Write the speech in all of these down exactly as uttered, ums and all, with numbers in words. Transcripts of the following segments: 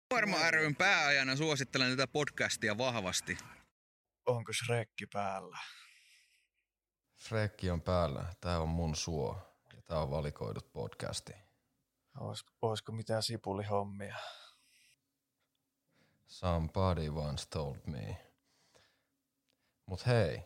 Kuorma ry:n pääajana suosittelen tätä podcastia vahvasti. Onko Shrekki päällä? Shrekki on päällä. Tää on mun suo ja tää on valikoidut podcasti. Ois, oisko mitään sipulihommia? Somebody once told me. Mut hei.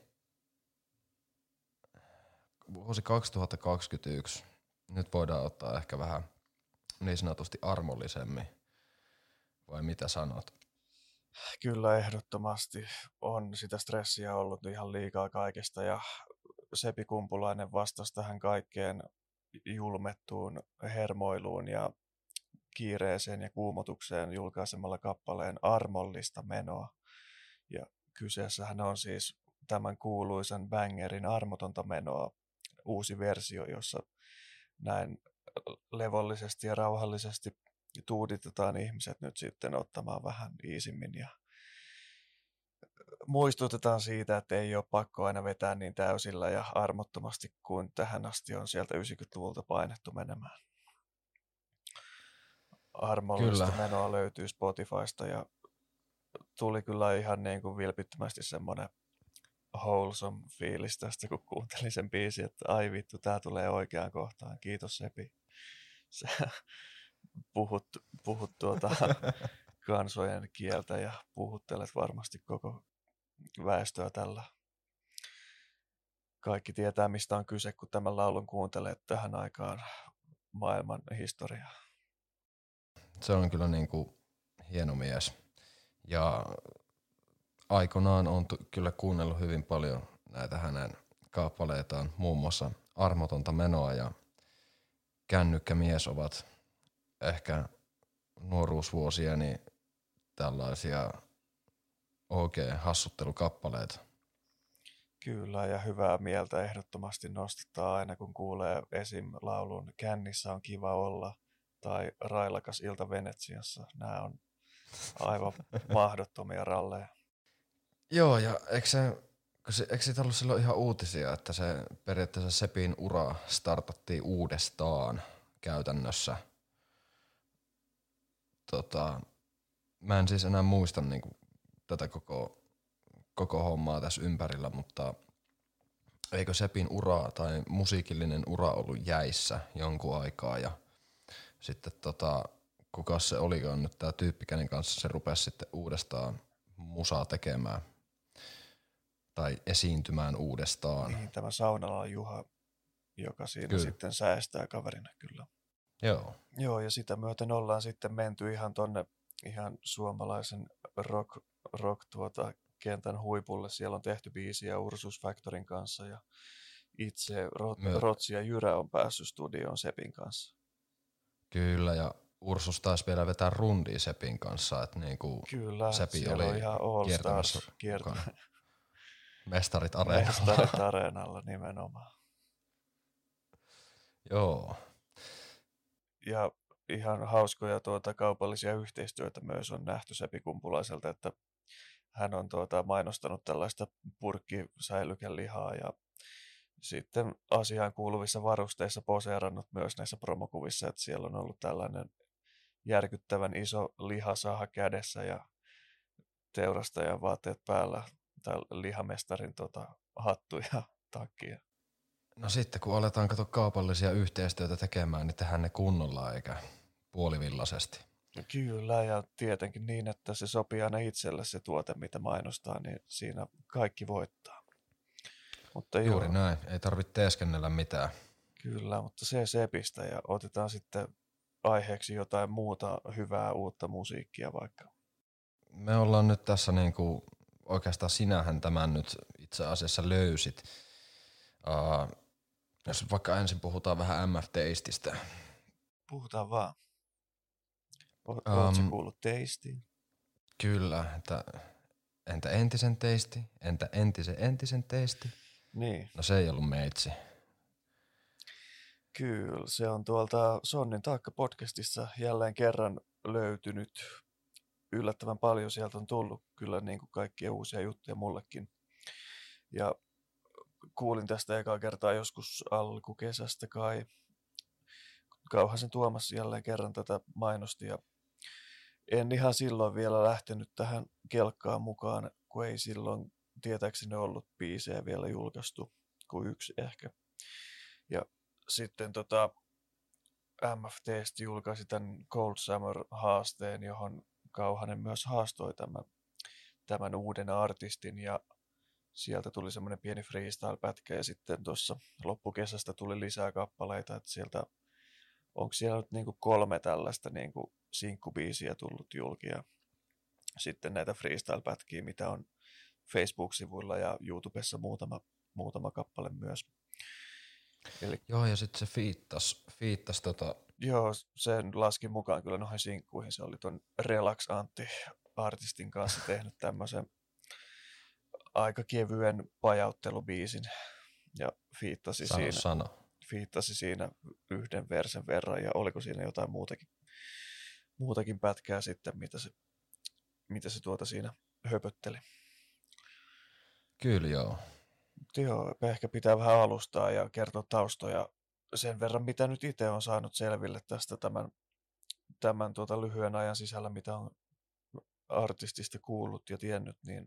Vuosi kaksituhattakaksikymmentäyksi. Nyt voidaan ottaa ehkä vähän niin sanotusti armollisemmin. Vai mitä sanot? Kyllä ehdottomasti on sitä stressiä ollut ihan liikaa kaikesta ja Sepi Kumpulainen vastasi tähän kaikkeen julmettuun hermoiluun ja kiireeseen ja kuumotukseen julkaisemalla kappaleen Armollista menoa. Ja kyseessähän on siis tämän kuuluisan bangerin Armotonta menoa uusi versio, jossa näin levollisesti ja rauhallisesti tuuditetaan ihmiset nyt sitten ottamaan vähän iisimmin ja muistutetaan siitä, että ei ole pakko aina vetää niin täysillä ja armottomasti kuin tähän asti on sieltä yhdeksänkymmentäluvulta painettu menemään. Armollista kyllä menoa löytyy Spotifysta ja tuli kyllä ihan niin kuin vilpittömästi semmoinen wholesome fiilis tästä, kun kuuntelin sen biisin, että ai vittu, tää tulee oikeaan kohtaan. Kiitos Sepi. Sä puhut, puhut tuota kansojen kieltä ja puhuttelet varmasti koko väestöä tällä. Kaikki tietää, mistä on kyse, kun tämän laulun kuuntelee tähän aikaan maailman historiaa. Se on kyllä niin kuin hieno mies. Ja aikanaan on t- kyllä kuunnellut hyvin paljon näitä hänen kaapaleitaan, muun muassa Armotonta menoa ja Kännykkämies ovat ehkä nuoruusvuosieni tällaisia oikein hassuttelukappaleita. Kyllä, ja hyvää mieltä ehdottomasti nostattaa aina, kun kuulee esim. Laulun Kännissä on kiva olla tai Railakas ilta Venetsiassa. Nämä on aivan mahdottomia ralleja. Joo, ja eikö se, se, eikö siitä ollut silloin ihan uutisia, että se periaatteessa Sepin ura startattiin uudestaan käytännössä. Tota, mä en siis enää muista niinku tätä koko, koko hommaa tässä ympärillä, mutta eikö Sepin ura tai musiikillinen ura ollut jäissä jonkun aikaa ja sitten tota, kuka se olikaan nyt tää tyyppi, kenen kanssa se rupesi sitten uudestaan musaa tekemään tai esiintymään uudestaan. Niin, tämä Saunalan Juha, joka siinä kyllä sitten säästää kaverina kyllä. Joo. Joo, ja sitä myöten ollaan sitten menty ihan tonne ihan suomalaisen rock, rock tuota, kentän huipulle. Siellä on tehty biisiä Ursus Factorin kanssa ja itse Rot, My... Rotsi ja Jyrä on päässyt studioon Sepin kanssa. Kyllä, ja Ursus taisi vielä vetää rundia Sepin kanssa, että niinku kyllä, Sepi oli on ihan All Stars kiertämässä. Mestarit Areenalla. Mestarit Areenalla nimenomaan. Joo. Ja ihan hauskoja tuota, kaupallisia yhteistyötä myös on nähty Sepi Kumpulaiselta, että hän on tuota, mainostanut tällaista purkkisäilykelihaa ja sitten asiaan kuuluvissa varusteissa poseerannut myös näissä promokuvissa, että siellä on ollut tällainen järkyttävän iso lihasaha kädessä ja teurastajan vaatteet päällä, tai lihamestarin tota, hattu ja takki. No sitten kun aletaan katsoa kaupallisia yhteistyötä tekemään, niin tehdään ne kunnolla eikä puolivillaisesti. Kyllä, ja tietenkin niin, että se sopii aina itselle se tuote, mitä mainostaa, niin siinä kaikki voittaa. Mutta juuri joo, näin, ei tarvitse teeskennellä mitään. Kyllä, mutta se Sepistä ja otetaan sitten aiheeksi jotain muuta hyvää uutta musiikkia vaikka. Me ollaan nyt tässä niinku, oikeastaan sinähän tämän nyt itse asiassa löysit. Uh, jos vaikka ensin puhutaan vähän M F Tasteista. Puhutaan vaan. Oletko um, kuullut Tastiin? Kyllä, että entä entisen Teisti? Entä entisen entisen Teisti? Niin. No se ei ollut meitsi. Kyllä, se on tuolta Sonnin Taakka-podcastissa jälleen kerran löytynyt. Yllättävän paljon sieltä on tullut kyllä niin kuin kaikkia uusia juttuja mullekin. Ja kuulin tästä ekaa kertaa joskus alkukesästä kai. Kauhasen Tuomas jälleen kerran tätä mainosti ja en ihan silloin vielä lähtenyt tähän kelkkaan mukaan, kun ei silloin tietääkseni ollut biisejä vielä julkaistu, kuin yksi ehkä. Ja sitten tota, M F T:stä julkaisi tämän Cold Summer-haasteen, johon Kauhanen myös haastoi tämän, tämän uuden artistin, ja sieltä tuli semmoinen pieni freestyle-pätkä, ja sitten tuossa loppukesästä tuli lisää kappaleita, että sieltä onko siellä nyt niinku kolme tällaista niinku sinkkubiisiä tullut julki, ja sitten näitä freestyle-pätkiä, mitä on Facebook-sivuilla ja YouTubessa muutama, muutama kappale myös. Eli, Joo, ja sitten se fiittas, fiittas tota... Joo, sen laskin mukaan kyllä noihin sinkkuihin. Se oli ton Relax Antti-artistin kanssa tehnyt tämmöisen aika kevyen pajauttelubiisin ja fiittasi sano, siinä, sano. fiittasi siinä yhden versen verran, ja oliko siinä jotain muutakin, muutakin pätkää sitten, mitä se, mitä se tuota siinä höpötteli. Kyllä joo. Joo, ehkä pitää vähän alustaa ja kertoa taustoja sen verran, mitä nyt itse on saanut selville tästä tämän, tämän tuota lyhyen ajan sisällä, mitä on artistista kuullut ja tiennyt, niin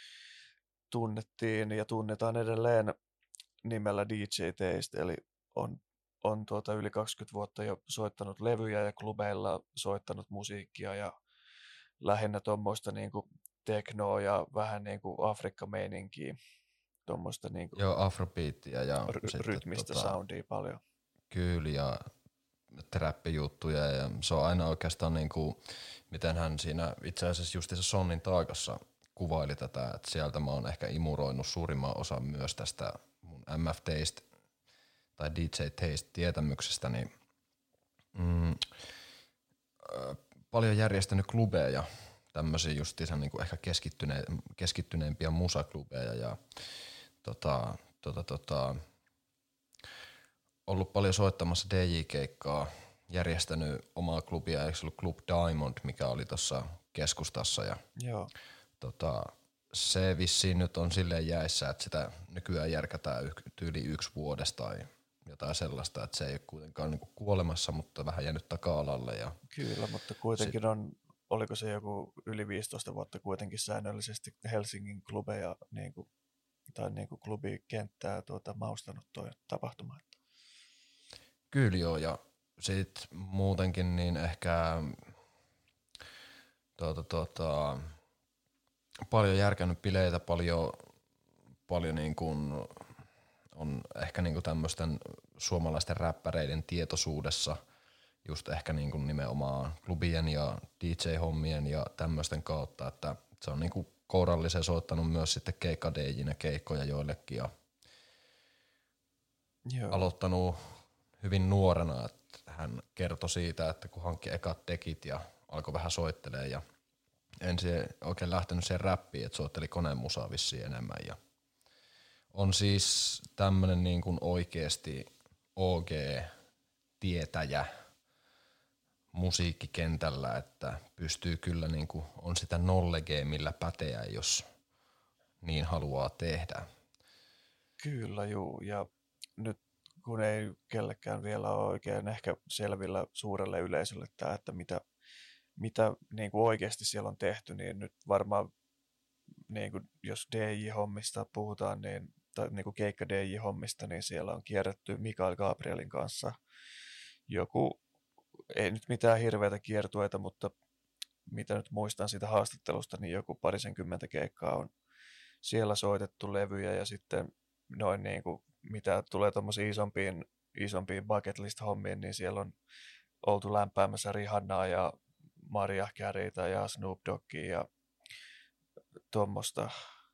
tunnettiin ja tunnetaan edelleen nimellä D J Taste, eli on, on tuota yli kaksikymmentä vuotta jo soittanut levyjä ja klubeilla soittanut musiikkia ja lähinnä tuommoista niinku teknoa ja vähän niinku Afrikka-meininkiä. Tuommoista niinku Joo, afrobeattia ja ry- rytmistä tota, soundia paljon. Kyllä, ja trappijuttuja, ja se on aina oikeastaan niinku, miten hän siinä itse asiassa justiinsa Sonnin taakassa kuvaili tätä, että sieltä mä oon ehkä imuroinut suurimman osan myös tästä mun M F Taste tai D J Taste tietämyksestä, niin mm, äh, paljon järjestänyt klubeja, tämmöisiä justiinsa niinku ehkä keskittyneen, keskittyneempiä musaklubeja, ja tota, tota, tota, ollut paljon soittamassa D J-keikkaa, järjestänyt omaa klubia, eikö se ollut Club Diamond, mikä oli tuossa keskustassa, ja Joo. Tota, se vissiin nyt on silleen jäissä, että sitä nykyään järkätään tyyli yksi vuodesta tai jotain sellaista, että se ei ole kuitenkaan niinku kuolemassa, mutta vähän jäänyt taka-alalle. Ja kyllä, mutta kuitenkin on, oliko se joku yli viisitoista vuotta kuitenkin säännöllisesti Helsingin klubeja niin kuin, tai niin kuin klubikenttää tuota, maustanut tuo tapahtuma. Kyllä joo, ja sitten muutenkin niin ehkä tuota, tuota, paljon järkännyt bileitä, paljon, paljon niin kuin on ehkä niin kuin tämmöisten suomalaisten räppäreiden tietoisuudessa just ehkä niin kuin nimenomaan klubien ja D J-hommien ja tämmöisten kautta, että se on niin kuin kourallisen soittanut myös sitten keikka D J:nä keikkoja joillekin ja Joo. aloittanut hyvin nuorena, että hän kertoi siitä, että kun hankki ekat dekit ja alkoi vähän soittelee ja ensin oikein lähtenyt siihen räppiin, että soitteli konemusaa vissiin enemmän ja on siis tämmönen niin kuin oikeesti O G-tietäjä musiikkikentällä, että pystyy kyllä niin kuin, on sitä knowledgea millä päteä, jos niin haluaa tehdä. Kyllä juu, ja nyt kun ei kellekään vielä ole oikein ehkä selvillä suurelle yleisölle tämä, että mitä, mitä niin kuin oikeasti siellä on tehty, niin nyt varmaan niin kuin jos D J-hommista puhutaan, niin, tai niin kuin keikka D J-hommista, niin siellä on kierretty Mikael Gabrielin kanssa joku, ei nyt mitään hirveätä kiertueita, mutta mitä nyt muistan siitä haastattelusta, niin joku parisenkymmentä keikkaa on siellä soitettu levyjä ja sitten noin niin kuin, mitä tulee tuommoisiin isompiin, isompiin bucket list hommiin, niin siellä on oltu lämpäämässä Rihannaa ja Mariah Careyta ja Snoop Doggia ja tuommoista.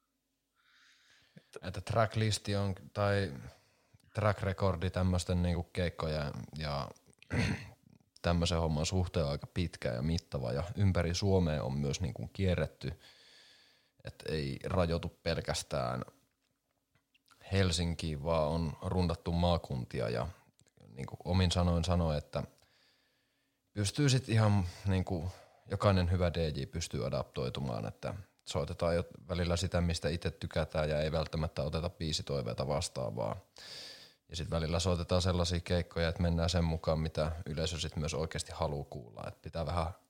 Että tracklisti on, tai track recordi tämmöisten niinku keikkoja ja tämmöisen homman suhteen on aika pitkä ja mittava ja ympäri Suomea on myös niinku kierretty, että ei rajoitu pelkästään Helsinkiin, vaan on rundattu maakuntia ja niinku omin sanoin sanoi, että pystyy sitten ihan niinku jokainen hyvä D J pystyy adaptoitumaan, että soitetaan jo välillä sitä, mistä itse tykätään ja ei välttämättä oteta biisitoiveita vastaavaa. Ja sitten välillä soitetaan sellaisia keikkoja, että mennään sen mukaan, mitä yleisö sitten myös oikeasti haluaa kuulla. Et pitää vähän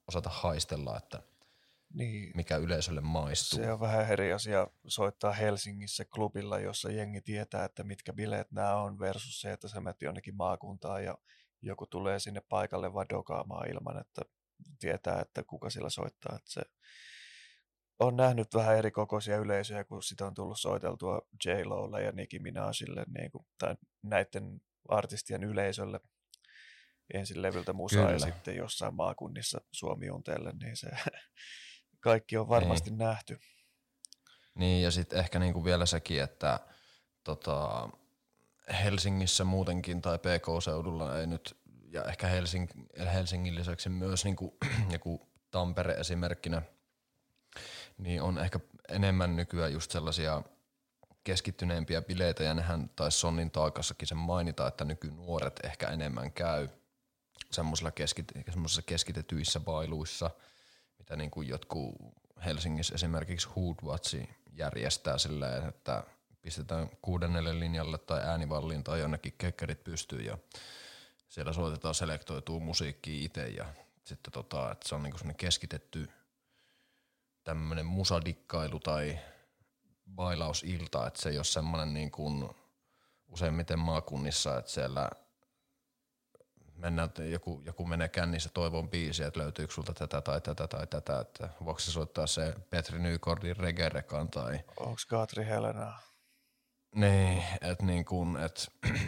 osata haistella, että Niin. mikä yleisölle maistuu. Se on vähän eri asia soittaa Helsingissä klubilla, jossa jengi tietää, että mitkä bileet nämä on, versus se, että sä menet jonnekin maakuntaan ja joku tulee sinne paikalle vaan dokaamaan ilman, että tietää, että kuka sillä soittaa. Että se on nähnyt vähän eri kokoisia yleisöjä, kun sitä on tullut soiteltua J-Lolle ja Nicki Minajille, niin kuin, tai näiden artistien yleisölle ensin levyltä musaa Kyllä. ja sitten jossain maakunnissa Suomi-Junteelle, niin se kaikki on varmasti niin. nähty. Niin, ja sitten ehkä niinku vielä sekin, että tota, Helsingissä muutenkin tai P K-seudulla ei nyt, ja ehkä Helsing- Helsingin lisäksi myös niinku, joku Tampere esimerkkinä, niin on ehkä enemmän nykyään just sellaisia keskittyneempiä bileitä, ja nehän taisi Sonnin taakassakin sen mainita, että nykynuoret ehkä enemmän käy semmoisilla keskit- semmoisissa keskitetyissä bailuissa, mitä niin kuin jotkut Helsingissä esimerkiksi Hoodwatch järjestää silleen, että pistetään kuudennelle linjalle tai äänivalliin tai jonnekin kekkerit pystyyn ja siellä soitetaan selektoituu musiikkia itse ja sitten tota, että se on niin kuin semmoinen keskitetty tämmöinen musadikkailu tai bailausilta, että se ei ole semmoinen niin kuin useimmiten maakunnissa, että siellä mennään, joku, joku menee kännissä toivon biisiä, että löytyykö sulta tätä tai tätä tai tätä, että voiko se soittaa se Petri Nykordin Reggae-rekan tai... Onko Katri Helena? Niin, että niin kuin, että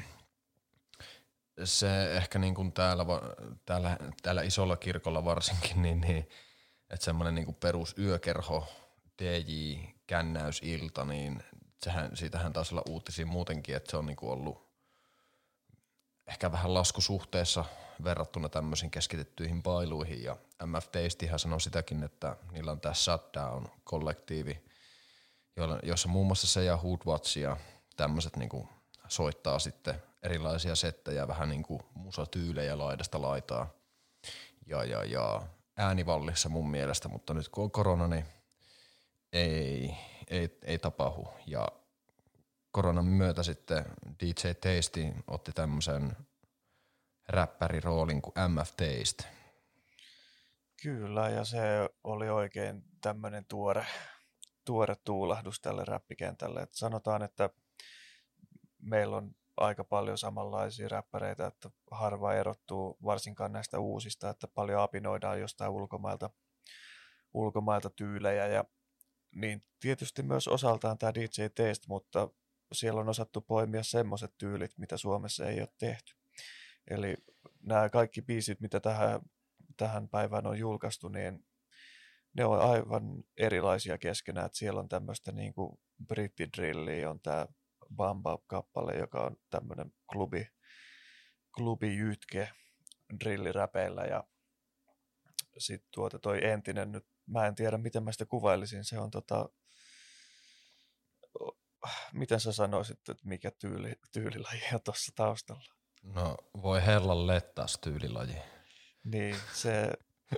se ehkä niin kuin täällä, täällä, täällä isolla kirkolla varsinkin, niin, niin että semmoinen niin kuin perus yökerho, D J-kännäysilta, niin sehän, siitähän taisi olla uutisia muutenkin, että se on niin kuin ollut ehkä vähän laskusuhteessa verrattuna tämmöisiin keskitettyihin bailuihin, ja M F Tastyhän sanoi sitäkin, että niillä on tämä Shutdown-kollektiivi, jossa muun muassa se ja Hoodwatch ja tämmöiset niinku soittaa sitten erilaisia settejä, vähän niinku musatyylejä laidasta laitaa, ja, ja, ja äänivallissa mun mielestä, mutta nyt kun on korona, niin ei, ei, ei tapahdu, ja koronan myötä sitten D J Tasty otti tämmöisen räppäriroolin kuin M F Taste. Kyllä, ja se oli oikein tämmöinen tuore, tuore tuulahdus tälle räppikentälle. Et sanotaan, että meillä on aika paljon samanlaisia räppäreitä, että harva erottuu varsinkaan näistä uusista, että paljon apinoidaan jostain ulkomailta, ulkomailta tyylejä, ja niin tietysti myös osaltaan tämä D J Taste, mutta siellä on osattu poimia semmoiset tyylit, mitä Suomessa ei ole tehty. Eli nämä kaikki biisit, mitä tähän, tähän päivään on julkaistu, niin ne on aivan erilaisia keskenään. Että siellä on tämmöistä niin kuin brittidrilliä, on tämä Bamba-kappale, joka on tämmöinen klubi, klubijytke drilliräpeillä. Ja sitten tuota toi entinen nyt, mä en tiedä miten mä sitä kuvailisin, se on tota... Miten sä sanoisit, että mikä tyyli, tyylilaji on tuossa taustalla? No voi hellan lettas tyylilaji. Niin, se,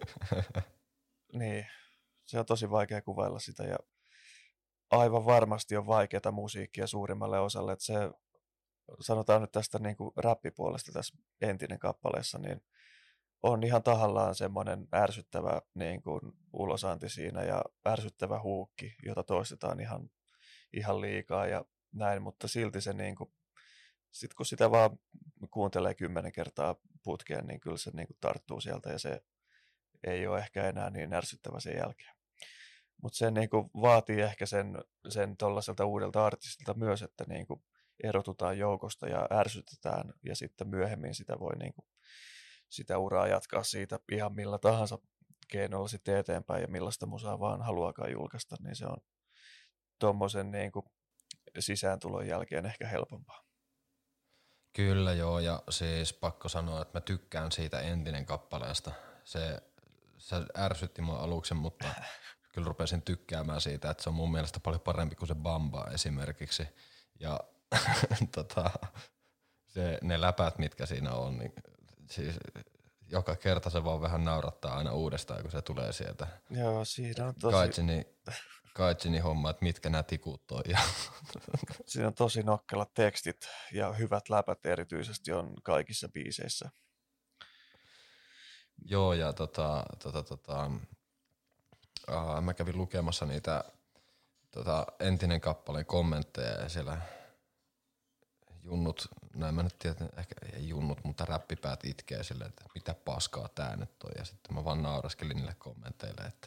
niin, se on tosi vaikea kuvailla sitä ja aivan varmasti on vaikeaa musiikkia suurimmalle osalle. Että se, sanotaan nyt tästä niin kuin räppipuolesta tässä entinen kappaleessa, niin on ihan tahallaan semmoinen ärsyttävä niin kuin ulosanti siinä ja ärsyttävä huukki, jota toistetaan ihan ihan liikaa ja näin, mutta silti se niinku, sit kun sitä vaan kuuntelee kymmenen kertaa putkeen, niin kyllä se niinku tarttuu sieltä ja se ei ole ehkä enää niin ärsyttävä sen jälkeen. Mutta se niinku vaatii ehkä sen, sen tollaiselta uudelta artistilta myös, että niinku erotutaan joukosta ja ärsytetään ja sitten myöhemmin sitä voi niinku, sitä uraa jatkaa siitä ihan millä tahansa keinoilla sitten eteenpäin ja millaista musaa vaan haluakaan julkaista, niin se on tuommoisen niin kuin sisääntulon jälkeen ehkä helpompaa. Kyllä joo, ja siis pakko sanoa, että mä tykkään siitä entinen kappaleesta. Se, se ärsytti mua aluksi, mutta kyllä rupesin tykkäämään siitä, että se on mun mielestä paljon parempi kuin se Bamba esimerkiksi. Ja tota, se, ne läpät, mitkä siinä on, niin siis joka kerta se vaan vähän naurattaa aina uudestaan, kun se tulee sieltä. Joo, siinä on tosi... Kaitsini, Kaitsini homma, että mitkä nämä tikut on. Ja siinä on tosi nokkelat tekstit ja hyvät läpät erityisesti on kaikissa biiseissä. Joo, ja tota, tota, tota, uh, mä kävin lukemassa niitä tota, entinen kappaleen kommentteja ja siellä junnut, näin mä nyt tiedän, ehkä ei junnut, mutta räppipäät itkee silleen, että mitä paskaa tää nyt on. Ja sitten mä vaan nauraskelin niille kommenteille, että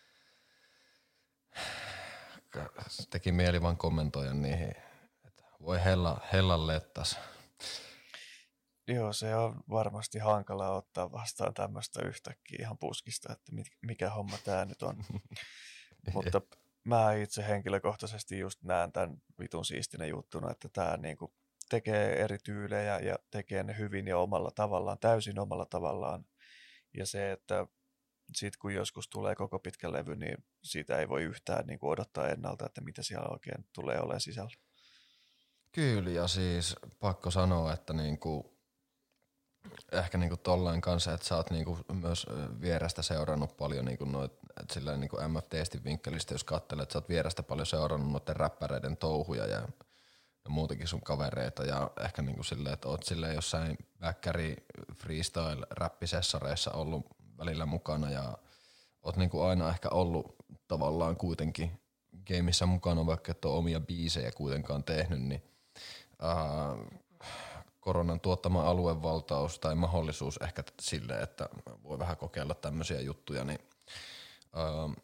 teki mieli vaan kommentoida niihin, että voi hella, hella lettas. Joo, se on varmasti hankalaa ottaa vastaan tämmöistä yhtäkkiä ihan puskista, että mikä homma tää nyt on. Mutta mä itse henkilökohtaisesti just näen tämän vitun siistinä juttuna, että tää niinku tekee eri tyylejä ja tekee ne hyvin ja omalla tavallaan, täysin omalla tavallaan. Ja se, että sit kun joskus tulee koko pitkä levy, niin siitä ei voi yhtään niinku odottaa ennalta, että mitä siellä oikein tulee olemaan sisällä. Kyllä, ja siis pakko sanoa, että niinku, ehkä niinku tollain kanssa, että sä oot niinku myös vierestä seurannut paljon niinku noit, että silleen niinku M F T-stin vinkkelistä, jos katselet, että sä oot vierestä paljon seurannut noiden räppäreiden touhuja ja, ja muutenkin sun kavereita ja ehkä niinku silleen, että oot silleen jossain väkkäri freestyle räppisessareissa ollut välillä mukana ja oot niinku aina ehkä ollut tavallaan kuitenkin gameissa mukana, vaikka et ole omia biisejä kuitenkaan tehnyt, niin uh, koronan tuottama aluevaltaus tai mahdollisuus ehkä silleen, että voi vähän kokeilla tämmöisiä juttuja, niin uh,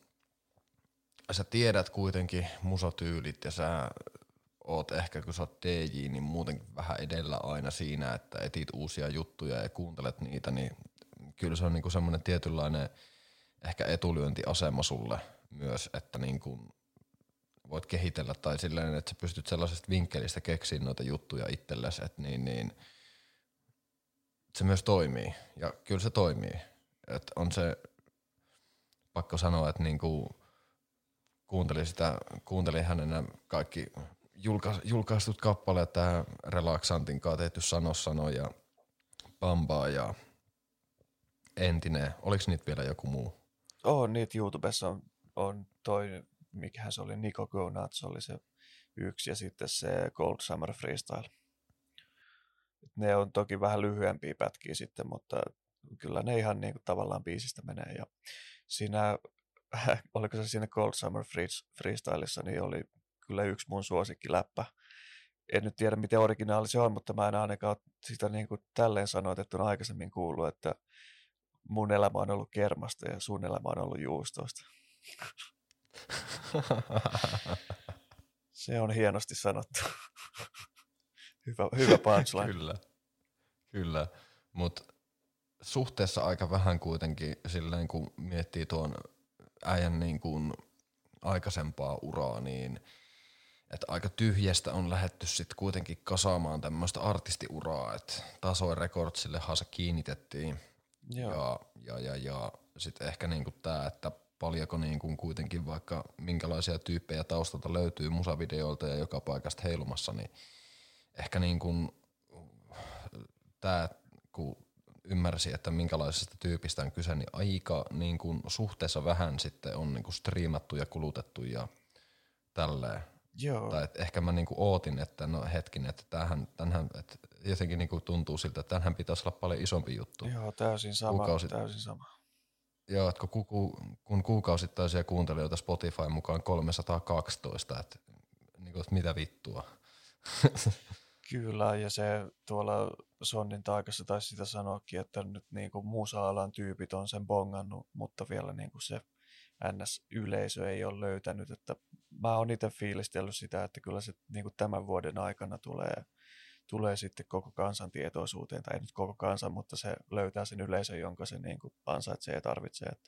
sä tiedät kuitenkin musatyylit ja sä oot ehkä, kun sä oot D J, niin muutenkin vähän edellä aina siinä, että etit uusia juttuja ja kuuntelet niitä, niin kyllä se on niinku semmoinen tietynlainen ehkä etulyöntiasema sulle myös, että niinku voit kehitellä tai silleen, että sä pystyt sellaisesta vinkkelistä keksiä noita juttuja itsellesi, että niin, niin se myös toimii. Ja kyllä se toimii. Et on se pakko sanoa, että niinku kuuntelin sitä, kuuntelin hänen kaikki julka, julkaistut kappaleet, tähän Relaxantin kanssa tehty Sano Sano ja Bambaa ja Entinen. Oliko niitä vielä joku muu? Oh, niitä YouTubessa on, on toi, mikähän se oli, Nico Go Nuts oli se yksi ja sitten se Cold Summer Freestyle. Ne on toki vähän lyhyempiä pätkiä sitten, mutta kyllä ne ihan niin kuin tavallaan biisistä menee. Ja siinä, oliko se siinä Cold Summer Freestyleissa, niin oli kyllä yksi mun suosikkiläppä. En nyt tiedä, miten originaali se on, mutta mä en ainakaan sitä niin kuin tälleen sanoitettuna aikaisemmin kuullut, että mun elämä on ollut kermasta ja sun elämä on ollut juustoista. Se on hienosti sanottu. hyvä, hyvä punchline. Kyllä, kyllä. Mutta suhteessa aika vähän kuitenkin silleen, kun miettii tuon äijän niin kuin aikaisempaa uraa, niin että aika tyhjästä on lähdetty sitten kuitenkin kasaamaan tämmöistä artistiuraa, että Tasoin Recordsillehan se kiinnitettiin. Joo. Ja, ja, ja, ja sitten ehkä niinku tää, että paljonko niinku kuitenkin vaikka minkälaisia tyyppejä taustalta löytyy musavideoilta ja joka paikasta heilumassa, niin ehkä niinku tää, kun ymmärsi, että minkälaisesta tyypistä on kyse, niin aika niinku suhteessa vähän sitten on niinku striimattu ja kulutettu ja tälleen. Joo. Tai et ehkä mä niinku ootin, että no hetkinen, että tämähän, tämähän että jotenkin niinku tuntuu siltä, että tämähän pitäisi olla paljon isompi juttu. Joo, täysin sama, Kuukausi... täysin sama. Joo, että kun, ku, kun kuukausittaisia kuuntelijoita Spotify mukaan kolmesataakaksitoista, että, niin kuin, että mitä vittua. Kyllä, ja se tuolla Sonnin taikassa taisi sitä sanoakin, että nyt niin kuin musa-alan tyypit on sen bongannut, mutta vielä niin kuin se N S-yleisö ei ole löytänyt. Että mä oon itse fiilistellyt sitä, että kyllä se niin kuin tämän vuoden aikana tulee, tulee sitten koko kansan tietoisuuteen, tai ei nyt koko kansan, mutta se löytää sen yleisön, jonka se niin kuin ansaitsee ja tarvitsee. Että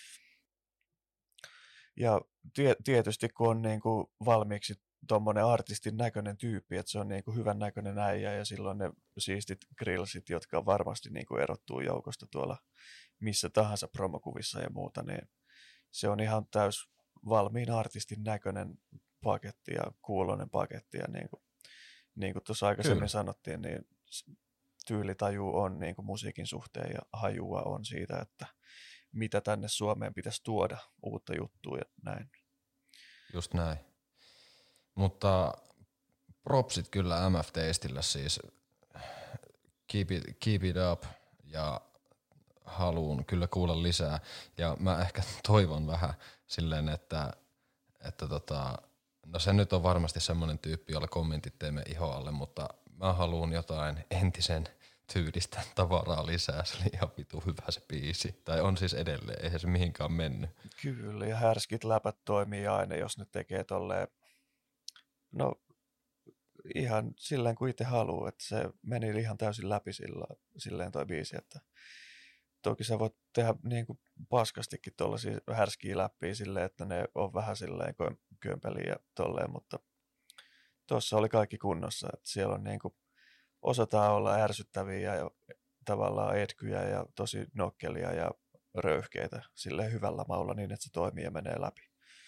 ja tietysti kun on niin kuin valmiiksi tuommoinen artistin näköinen tyyppi, että se on niin kuin hyvän näköinen äijä ja silloin ne siistit grillsit, jotka varmasti niin kuin erottuu joukosta tuolla missä tahansa promokuvissa ja muuta, niin se on ihan täys valmiin artistin näköinen paketti ja kuuloinen paketti ja niin kuin, niin kuin tuossa aikaisemmin Kyllä. sanottiin, niin tyylitaju on niin kuin musiikin suhteen ja hajua on siitä, että mitä tänne Suomeen pitäisi tuoda, uutta juttua ja näin. Just näin. Mutta propsit kyllä M F T-stillä siis keep it, keep it up ja haluun kyllä kuulla lisää. Ja mä ehkä toivon vähän silleen, että, että tota, no se nyt on varmasti semmoinen tyyppi, jolla kommentit teemme iho alle, mutta mä haluun jotain entisen tyylistä tavaraa lisää. Se oli ihan vitu hyvä se biisi. Tai on siis edelleen, eihän se mihinkään mennyt. Kyllä, ja härskit läpät toimii aina, jos ne tekee tolleen, no ihan silleen kuin itse haluaa, että se meni ihan täysin läpi sillä, silleen toi biisi, että toki sä voit tehdä niin kuin paskastikin tuollaisia härskiä läppiä silleen, että ne on vähän silleen kömpeliä ja tolleen, mutta tuossa oli kaikki kunnossa, että siellä on niin kuin, osataan olla ärsyttäviä ja tavallaan etkyjä ja tosi nokkelia ja röyhkeitä silleen hyvällä maulla niin, että se toimii ja menee läpi.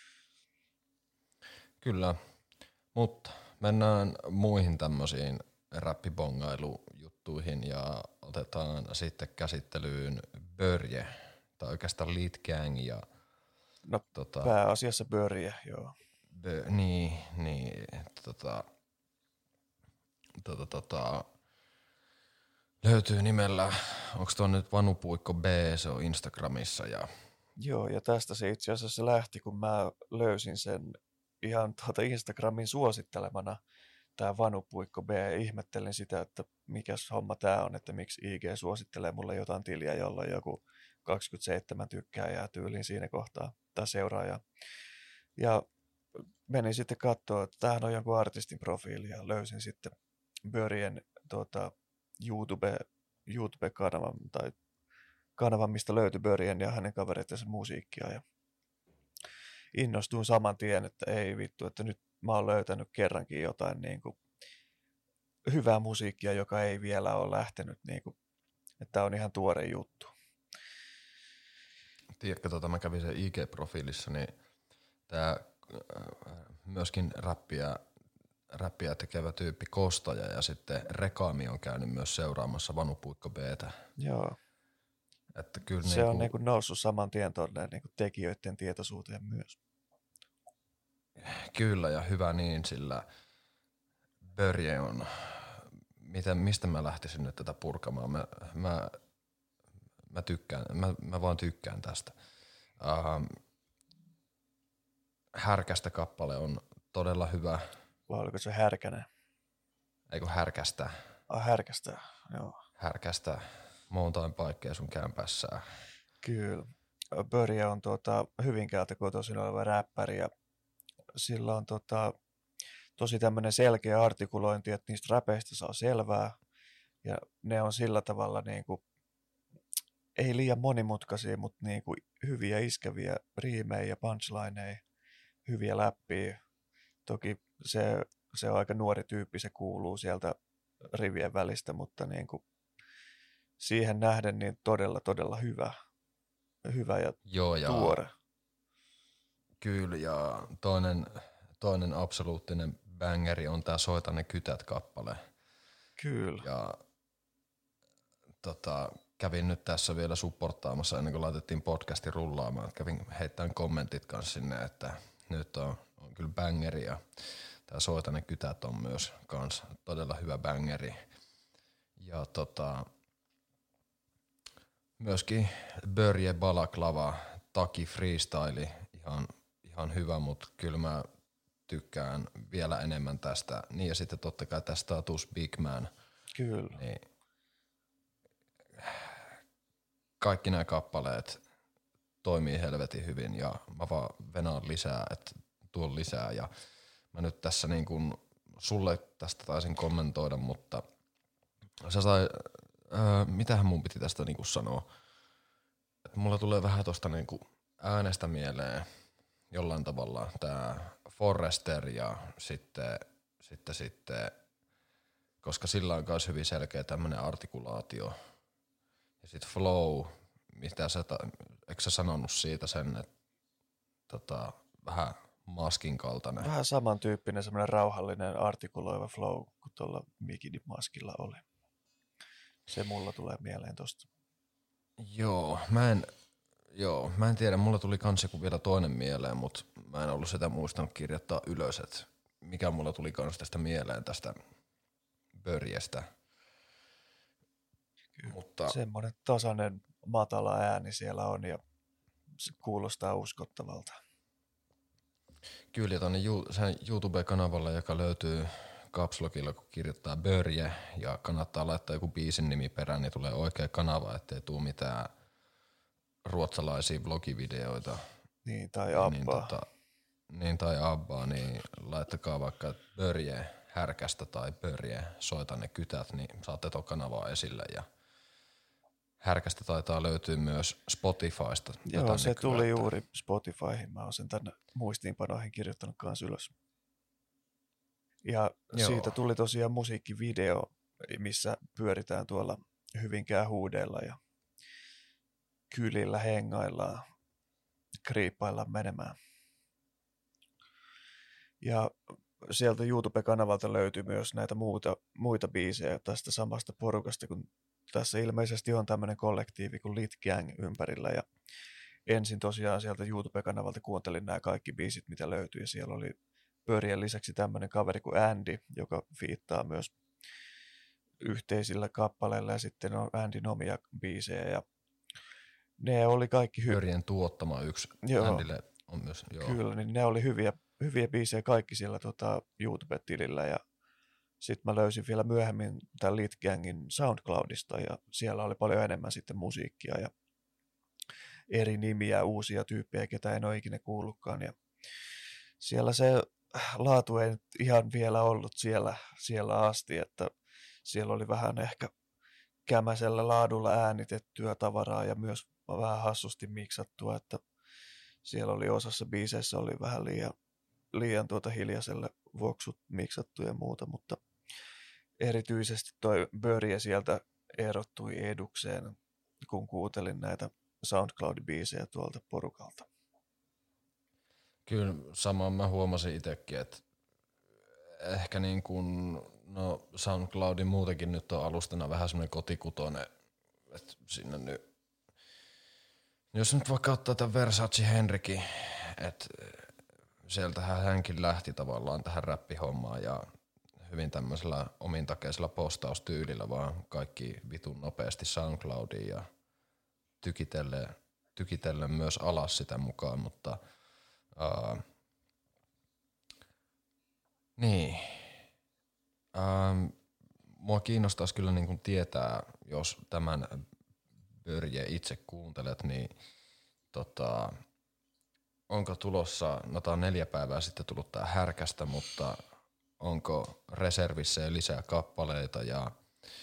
Kyllä, mutta mennään muihin tämmöisiin räppibongailujuttuihin ja otetaan sitten käsittelyyn Börje, tai oikeastaan Lead Gang ja No tota, pääasiassa Börje, joo. bö, niin, niin, tota, tota, tota, löytyy nimellä, onko tuo nyt Vanupuikko B, se on Instagramissa ja Joo, ja tästä se itse asiassa lähti, kun mä löysin sen ihan tuota Instagramin suosittelemana, tämä Vanupuikko B. Ihmettelin sitä, että mikäs homma tämä on, että miksi I G suosittelee mulle jotain tiliä, jolla on joku kaksikymmentäseitsemän tykkääjää tyyliin siinä kohtaa, tai seuraajaa. Ja menin sitten katsoa, että tämähän on jonkun artistin profiili, ja löysin sitten Börjen tuota, YouTube, YouTube-kanavan, tai kanavan, mistä löytyi Börjen ja hänen kavereittensa musiikkia, ja innostuin saman tien, että ei vittu, että nyt mä oon löytänyt kerrankin jotain niin kuin hyvää musiikkia, joka ei vielä ole lähtenyt, niin kuin, että on ihan tuore juttu. Tiedätkö, tota, mä kävin sen I G-profiilissa, niin tää myöskin räppiä, räppiä tekevä tyyppi Kostaja ja sitten Rekami on käynyt myös seuraamassa Vanupuikko B:tä. Joo. Että kyllä Se niinku, on niin kuin noussut saman tien tuonne niin kuin tekijöiden tietoisuuteen myös. Kyllä ja hyvä niin, sillä Börje on, miten, mistä mä lähtisin nyt tätä purkamaan, mä, mä, mä tykkään, mä, mä vaan tykkään tästä. Ähm, Härkästä kappale on todella hyvä. Vai oliko se Härkänen? Eikö härkästä? Ah, Härkästä, joo. Härkästä montain paikkaa sun kämpässään. Kyllä. Börje on tuota, Hyvinkäältä kotoisin oleva räppäri ja sillä on tota, tosi tämmöinen selkeä artikulointi, että niistä räpeistä saa selvää ja ne on sillä tavalla niin kuin, ei liian monimutkaisia, mutta niin kuin hyviä iskeviä riimejä ja punchlineja, hyviä läppiä. Toki se, se on aika nuori tyyppi, se kuuluu sieltä rivien välistä, mutta niin kuin siihen nähden niin todella, todella hyvä, hyvä ja Joo, ja tuore. Kyllä, ja toinen, toinen absoluuttinen bangeri on tää Soita ne kytät -kappale. Kyllä. Ja tota, kävin nyt tässä vielä supporttaamassa ennen kuin laitettiin podcasti rullaamaan. Kävin heittämään kommentit kanssa sinne, että nyt on, on kyllä bangeri ja tää Soita ne kytät on myös kans todella hyvä bangeri. Ja tota, myöskin Börje Balaklava, Taki Freestyle, ihan, ihan hyvä, mutta kyllä mä tykkään vielä enemmän tästä. Niin ja sitten totta kai tästä Status Big Man. Kyllä. Niin kaikki nämä kappaleet toimii helvetin hyvin ja mä vaan venaan lisää, että tuon lisää. Ja mä nyt tässä niin kuin sulle tästä taisin kommentoida, mutta sä sai, ää, mitähän mun piti tästä niin kuin sanoa? Että mulla tulee vähän tosta niin kuin äänestä mieleen jollain tavalla tää Forrester ja sitten, sitten, sitten koska sillä on myös hyvin selkeä tämmönen artikulaatio. Ja sitten flow, mitä sä, eikö sä sanonut siitä sen, että tota, vähän maskin kaltainen. Vähän samantyyppinen semmoinen rauhallinen artikuloiva flow kuin tuolla Mikidi Maskilla oli. Se mulla tulee mieleen tosta. Joo, mä en, joo, mä en tiedä, mulla tuli kans joku vielä toinen mieleen, mutta mä en ollut sitä muistanut kirjoittaa ylös, että mikä mulla tuli kans tästä mieleen tästä Börjestä. Kyllä. Mutta Semmoinen tasainen matala ääni siellä on ja se kuulostaa uskottavalta. Kyllä, ja tuonne sen YouTube-kanavalle, joka löytyy Capslogilla, kun kirjoittaa Börje ja kannattaa laittaa joku biisin nimi perään, niin tulee oikea kanava, ettei tule mitään ruotsalaisia vlogivideoita. Niin, tai Abbaa. Niin, tota, niin, tai Abbaa, niin laittakaa vaikka Börje härkästä tai Börje soita ne kytät, niin saatte tuon kanavaa esille. Ja härkästä taitaa löytyä myös Spotifysta. Joo, se tuli että... juuri Spotifyhin. Mä oon sen tänne muistiinpanoihin kirjoittanut kanssa ylös. Ja Joo. siitä tuli tosiaan musiikkivideo, missä pyöritään tuolla Hyvinkään huudeilla ja kylillä hengaillaan, kriippaillaan menemään. Ja sieltä YouTube-kanavalta löytyy myös näitä muuta, muita biisejä tästä samasta porukasta, kun tässä ilmeisesti on tämmöinen kollektiivi kuin Lit Gang ympärillä. Ja ensin tosiaan sieltä YouTube-kanavalta kuuntelin nämä kaikki biisit, mitä löytyy. Ja siellä oli Börjen lisäksi tämmöinen kaveri kuin Andy, joka fiittaa myös yhteisillä kappaleilla. Ja sitten on Andyn omia biisejä. Ja ne oli kaikki hyviä. Börjen tuottama yksi. Joo. Andylle on myös. Joo. Kyllä, niin ne oli hyviä, hyviä biisejä kaikki siellä tota, YouTube-tilillä. Ja sitten mä löysin vielä myöhemmin tämän Lit Gangin SoundCloudista ja siellä oli paljon enemmän sitten musiikkia ja eri nimiä, uusia tyyppejä, ketä en ole ikinä kuullutkaan. Ja siellä se laatu ei nyt ihan vielä ollut siellä, siellä asti, että siellä oli vähän ehkä kämäisellä laadulla äänitettyä tavaraa ja myös vähän hassusti miksattua, että siellä oli osassa biiseissä oli vähän liian, liian tuota hiljaiselle voksut miksattu ja muuta, mutta erityisesti toi Börje sieltä erottui edukseen, kun kuuntelin näitä SoundCloud-biisejä tuolta porukalta. Kyllä samaan mä huomasin itsekin, että ehkä niin kuin, no SoundCloudin muutenkin nyt on alustana vähän semmoinen kotikutoinen, että sinne nyt, jos nyt vaikka ottaa tämän Versace Henrikin, että sieltähän hänkin lähti tavallaan tähän räppihommaan ja hyvin tämmöisellä omintakeisella postaustyylillä vaan kaikki vitun nopeasti SoundCloudiin ja tykitellen, tykitellen myös alas sitä mukaan, mutta uh, niin. Uh, mua kiinnostaisi kyllä niin kuin tietää, jos tämän Börje itse kuuntelet, niin tota, onko tulossa, no tää on neljä päivää sitten tullut tää härkästä, mutta onko reservissä lisää kappaleita ja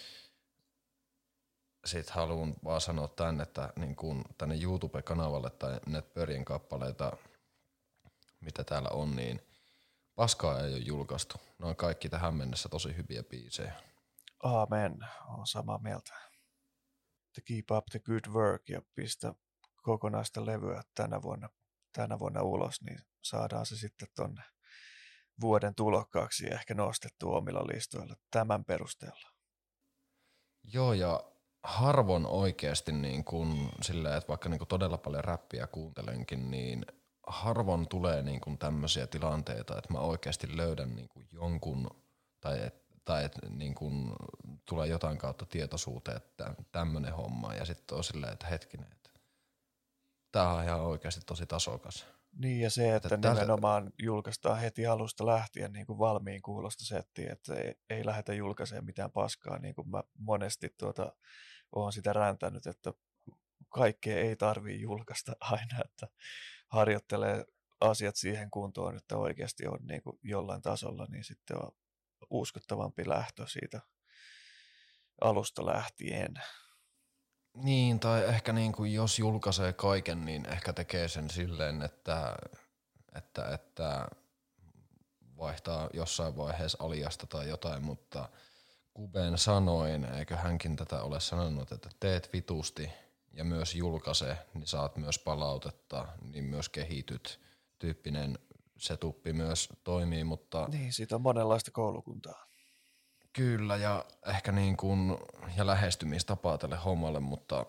sit haluan vaan sanoa tän, että niin kun tänne YouTube-kanavalle tai net Börjen kappaleita, mitä täällä on, niin paskaa ei ole julkaistu. Ne on kaikki tähän mennessä tosi hyviä biisejä. Aamen, olen samaa mieltä. To keep up the good work ja pistä kokonaista levyä tänä vuonna, tänä vuonna ulos, niin saadaan se sitten tonne vuoden tulokkaaksi ja ehkä nostettu omilla listoilla tämän perusteella. Joo, ja harvoin oikeasti niin kun silleen, että vaikka niin kun todella paljon räppiä kuuntelenkin, niin harvoin tulee niin kun tämmöisiä tilanteita, että mä oikeasti löydän niin kun jonkun tai et, tai et niin kun tulee jotain kautta tietoisuuteen, että tämmönen homma ja sitten on silleen, että hetkinen, että tää on ihan oikeasti tosi tasokas. Niin ja se, että, että nimenomaan tältä julkaistaan heti alusta lähtien niin kuin valmiin kuulosta settiä, että ei, ei lähdetä julkaisemaan mitään paskaa, niin kuin mä monesti tuota, olen sitä räntänyt, että kaikkea ei tarvitse julkaista aina, että harjoittelee asiat siihen kuntoon, että oikeasti on niin kuin jollain tasolla, niin sitten on uskottavampi lähtö siitä alusta lähtien. Niin, tai ehkä niin kuin jos julkaisee kaiken, niin ehkä tekee sen silleen, että, että, että vaihtaa jossain vaiheessa aliasta tai jotain, mutta Kuben sanoin, eikö hänkin tätä ole sanonut, että teet vitusti ja myös julkaise, niin saat myös palautetta, niin myös kehityt. Tyyppinen setuppi myös toimii, mutta niin, siitä on monenlaista koulukuntaa. Kyllä, ja ehkä niin kuin, ja lähestymistapaa tälle hommalle, mutta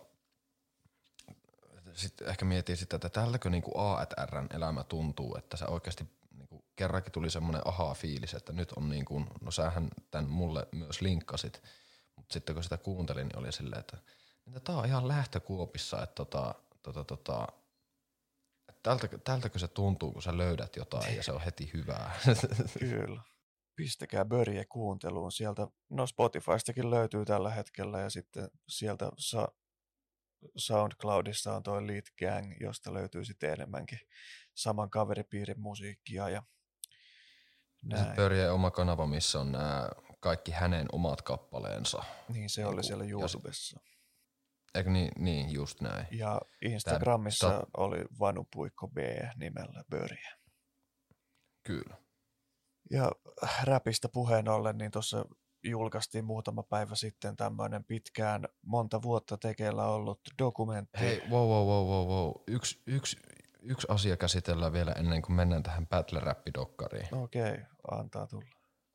sitten ehkä mietin sitä, että tälläkö niin kuin A et R:n elämä tuntuu, että se oikeasti niin kuin kerrankin tuli semmoinen ahaa-fiilis, että nyt on niin kuin, no sähän tämän mulle myös linkkasit, mutta sitten kun sitä kuuntelin, niin oli silleen, että Tää on ihan lähtökuopissa, että tota, tota, tota, et tältä, tältäkö se tuntuu, kun sä löydät jotain ja se on heti hyvää. Kyllä. Pistäkää Börje kuunteluun. Sieltä, no Spotifystakin löytyy tällä hetkellä ja sitten sieltä sa- SoundCloudissa on toi Lead Gang, josta löytyy sitten enemmänkin saman kaveripiirin musiikkia ja näin. Börje oma kanava, missä on nämä kaikki hänen omat kappaleensa. Niin se oli siellä YouTubessa. Eikö niin, niin, just näin. Ja Instagramissa Tää, oli Vanupuikko B nimellä Börje. Kyllä. Ja räpistä puheen ollen, niin tuossa julkaistiin muutama päivä sitten tämmöinen pitkään monta vuotta tekeillä ollut dokumentti. Hei, wow, wow, wow, wow, wow. Yksi, yksi, yksi asia käsitellään vielä ennen kuin mennään tähän battle rap-dokkariin. Okei, okay, antaa tulla.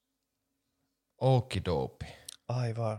Okidopi. Aivan.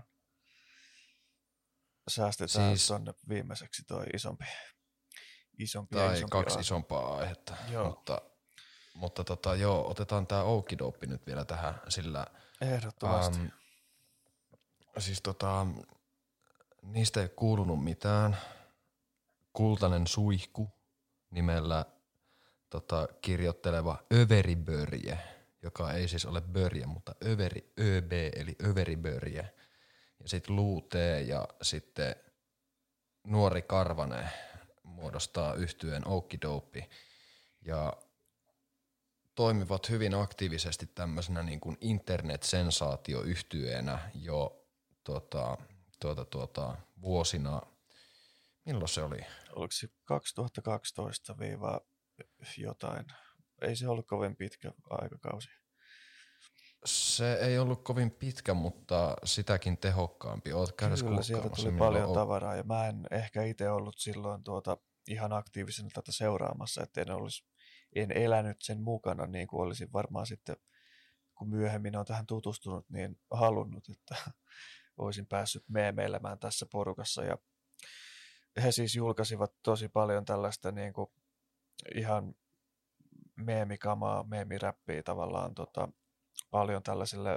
Säästetään siis, tonne viimeiseksi toi isompi, isompi tai isompi kaksi aihe. isompaa aihetta. Joo. Mutta, mutta tota, joo, otetaan tää Okidopi nyt vielä tähän, sillä Ehdottomasti. Um, siis tota, niistä ei kuulunut mitään. Kultainen suihku nimellä tota, kirjoitteleva Överibörje, joka ei siis ole börje, mutta överi, ÖB eli Överibörje. Ja sitten Luutee ja sitten Nuori Karvane muodostaa yhtyeen Okidopi. Ja toimivat hyvin aktiivisesti tämmöisenä niin kuin internet-sensaatioyhtyeenä jo tuota, tuota, tuota, vuosina, milloin se oli? Oliko se kaksituhattakaksitoista jotain? Ei se ollut kovin pitkä aikakausi. Se ei ollut kovin pitkä, mutta sitäkin tehokkaampi. Oot Kyllä, sieltä tuli paljon on... tavaraa ja mä en ehkä itse ollut silloin tuota ihan aktiivisena tätä seuraamassa, että en olisi en elänyt sen mukana niin kuin olisin varmaan sitten, kun myöhemmin olen tähän tutustunut, niin halunnut, että olisin päässyt meemeilemään tässä porukassa. Ja he siis julkaisivat tosi paljon tällaista niin kuin ihan meemikamaa, meemiräppiä tavallaan tota, paljon tällaiselle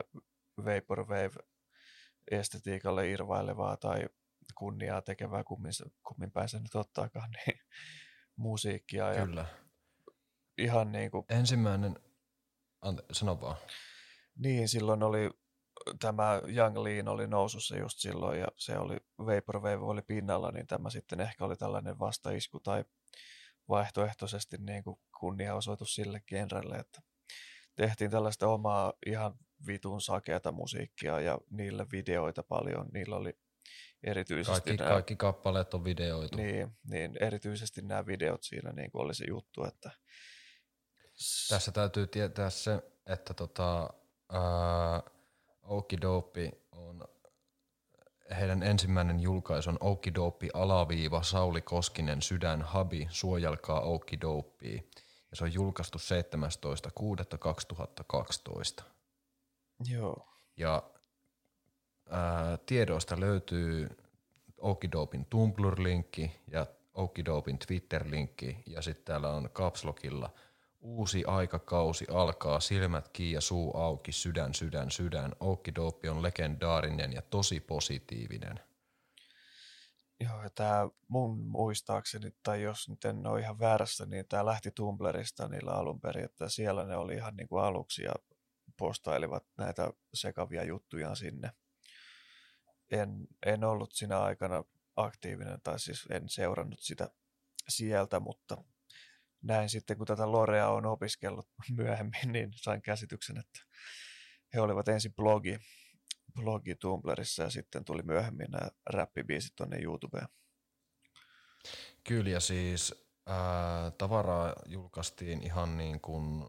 vaporwave-estetiikalle irvailevaa tai kunniaa tekevää, kummin, kummin päin se nyt ottaakaan, niin musiikkia. Ja kyllä. Ihan niin kuin, ensimmäinen, ante, sano vaan. Niin, silloin oli tämä Young Lean oli nousussa just silloin ja se oli, Vaporwave oli pinnalla, niin tämä sitten ehkä oli tällainen vastaisku tai vaihtoehtoisesti niin kuin kunniaosoitus sille genrelle, että tehtiin tällaista omaa ihan vitun sakeata musiikkia ja niillä videoita paljon, niillä oli erityisesti kaikki, nämä, kaikki kappaleet on videoitu. Niin, niin erityisesti nämä videot siinä niin kuin oli se juttu, että tässä täytyy tietää se, että tota, ää, Okidopi on, heidän ensimmäinen julkaisu on Okidopi alaviiva Sauli Koskinen sydän habi, suojelkaa Okidopia. Ja se on julkaistu seitsemästoista kuudetta kaksituhattakaksitoista. Joo. Ja ää, tiedoista löytyy Okidopin Tumblr-linkki ja Okidopin Twitter-linkki ja sitten täällä on Caps Lockilla uusi aikakausi alkaa, silmät kiinni ja suu auki, sydän, sydän, sydän. Okidopi on legendaarinen ja tosi positiivinen. Joo, ja tämä mun muistaakseni, tai jos nyt en ole ihan väärässä, niin tämä lähti Tumblrista niillä alun perin, että siellä ne oli ihan niin kuin aluksi ja postailivat näitä sekavia juttuja sinne. En, en ollut siinä aikana aktiivinen, tai siis en seurannut sitä sieltä, mutta näin sitten, kun tätä Lorea on opiskellut myöhemmin, niin sain käsityksen, että he olivat ensin blogi, blogi Tumblrissa ja sitten tuli myöhemmin nämä räppibiisit tuonne YouTubeen. Kyllä, ja siis ää, tavaraa julkaistiin ihan niin kuin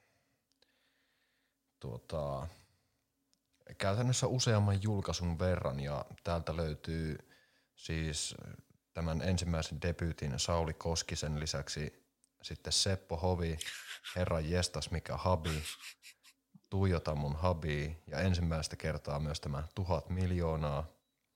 tuota, käytännössä useamman julkaisun verran, ja täältä löytyy siis tämän ensimmäisen debyytin Sauli Koskisen lisäksi sitten Seppo Hovi, Herran jestas mikä habi, Tuijota mun habi ja ensimmäistä kertaa myös tämä tuhat miljoonaa.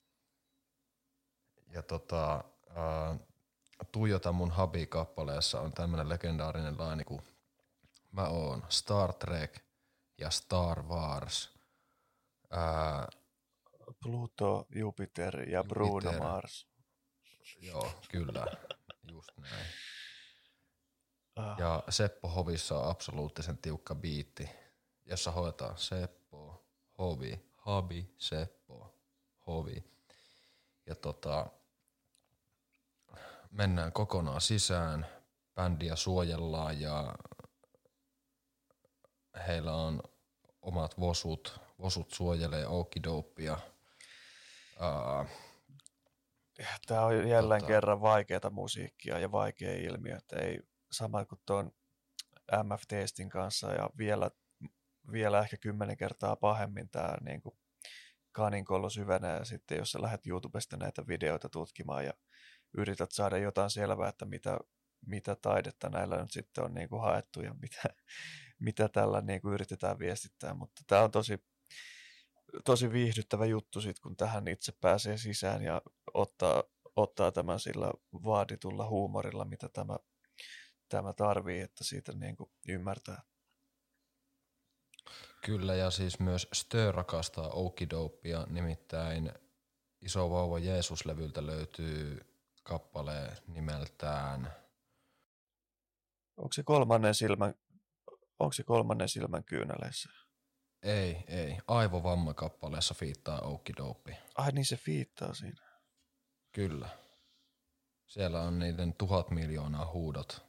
Ja tota, ää, Tuijota mun habi kappaleessa on tämmönen legendaarinen laini kuin mä oon Star Trek ja Star Wars. Ää, Pluto, Jupiter ja Jupiter. Bruno Mars. Joo, kyllä. Just näin. Ah. Ja Seppo Hovissa on absoluuttisen tiukka biitti, jossa hoitaa Seppo, Hovi, Habi, Seppo, Hovi. Ja tota, mennään kokonaan sisään, bändiä suojellaan ja heillä on omat vosut, vosut suojelee Okidopea. Uh, Tämä on jälleen tota, kerran vaikeaa musiikkia ja vaikea ilmiö, että ei sama kuin tuon M F Testin kanssa ja vielä, vielä ehkä kymmenen kertaa pahemmin tämä niin kuin kaninkollo syvenee ja sitten jos sä lähdet YouTubesta näitä videoita tutkimaan ja yrität saada jotain selvää, että mitä, mitä taidetta näillä nyt sitten on niin kuin haettu ja mitä, mitä tällä niin kuin yritetään viestittää, mutta tämä on tosi, tosi viihdyttävä juttu sit, kun tähän itse pääsee sisään ja ottaa, ottaa tämän sillä vaaditulla huumorilla, mitä tämä, tämä tarvii, että siitä niin kuin ymmärtää. Kyllä, ja siis myös Stö rakastaa Okidopea, nimittäin Iso vauva Jeesus-levyltä löytyy kappale nimeltään... Onko se kolmannen silmän, onko se kolmannen silmän kyynäleissä? Ei, ei. Aivovamma-kappaleessa fiittaa Okidope. Ai niin se fiittaa siinä. Kyllä. Siellä on niiden tuhat miljoonaa huudot.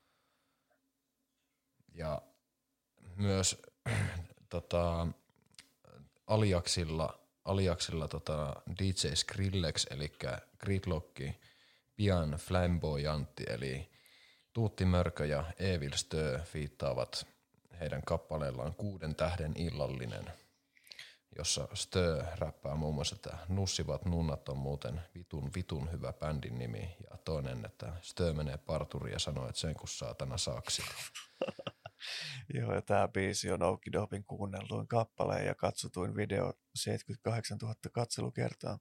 Ja myös tota, aliaksilla, aliaksilla tota D J Skrillex, eli Gridlocki, Pian Flamboyantti, eli Tuutti Mörkö ja Evil Stö fiittaavat heidän kappaleellaan Kuuden tähden illallinen, jossa Stö räppää muun muassa, että Nussivat nunnat on muuten vitun vitun hyvä bändin nimi, ja toinen, että Stö menee parturiin ja sanoo, että sen kun saatana saksi. Joo, ja tämä biisi on Okidopin kuunnelluin kappale ja katsotuin video seitsemänkymmentäkahdeksantuhatta katselukertaa.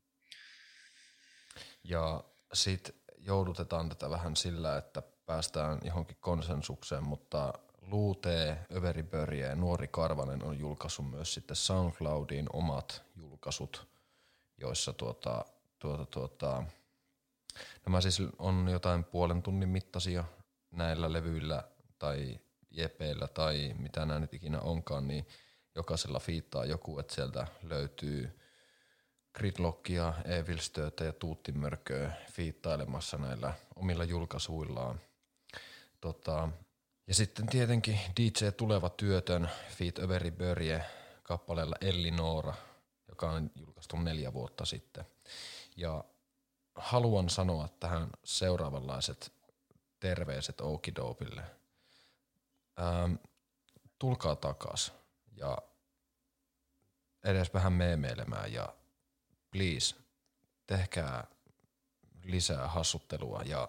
Ja sit joudutetaan tätä vähän sillä, että päästään johonkin konsensukseen, mutta Luutee, Överi Börje ja Nuori Karvanen on julkaissut myös sitten SoundCloudiin omat julkaisut, joissa tuota, tuota, tuota, nämä siis on jotain puolen tunnin mittaisia näillä levyillä tai jepeillä tai mitä nämä nyt ikinä onkaan, niin jokaisella fiittaa joku, että sieltä löytyy Gridlockia, Evil Stötä ja Tuutti Mörköä fiittailemassa näillä omilla julkaisuillaan. Tota, ja sitten tietenkin D J Tuleva Työtön feat. Överi Börje kappaleella Elli Noora, joka on julkaistu neljä vuotta sitten. Ja haluan sanoa tähän seuraavanlaiset terveiset Okidopelle. Ähm, tulkaa takas ja edes vähän meemeilemään ja please, tehkää lisää hassuttelua ja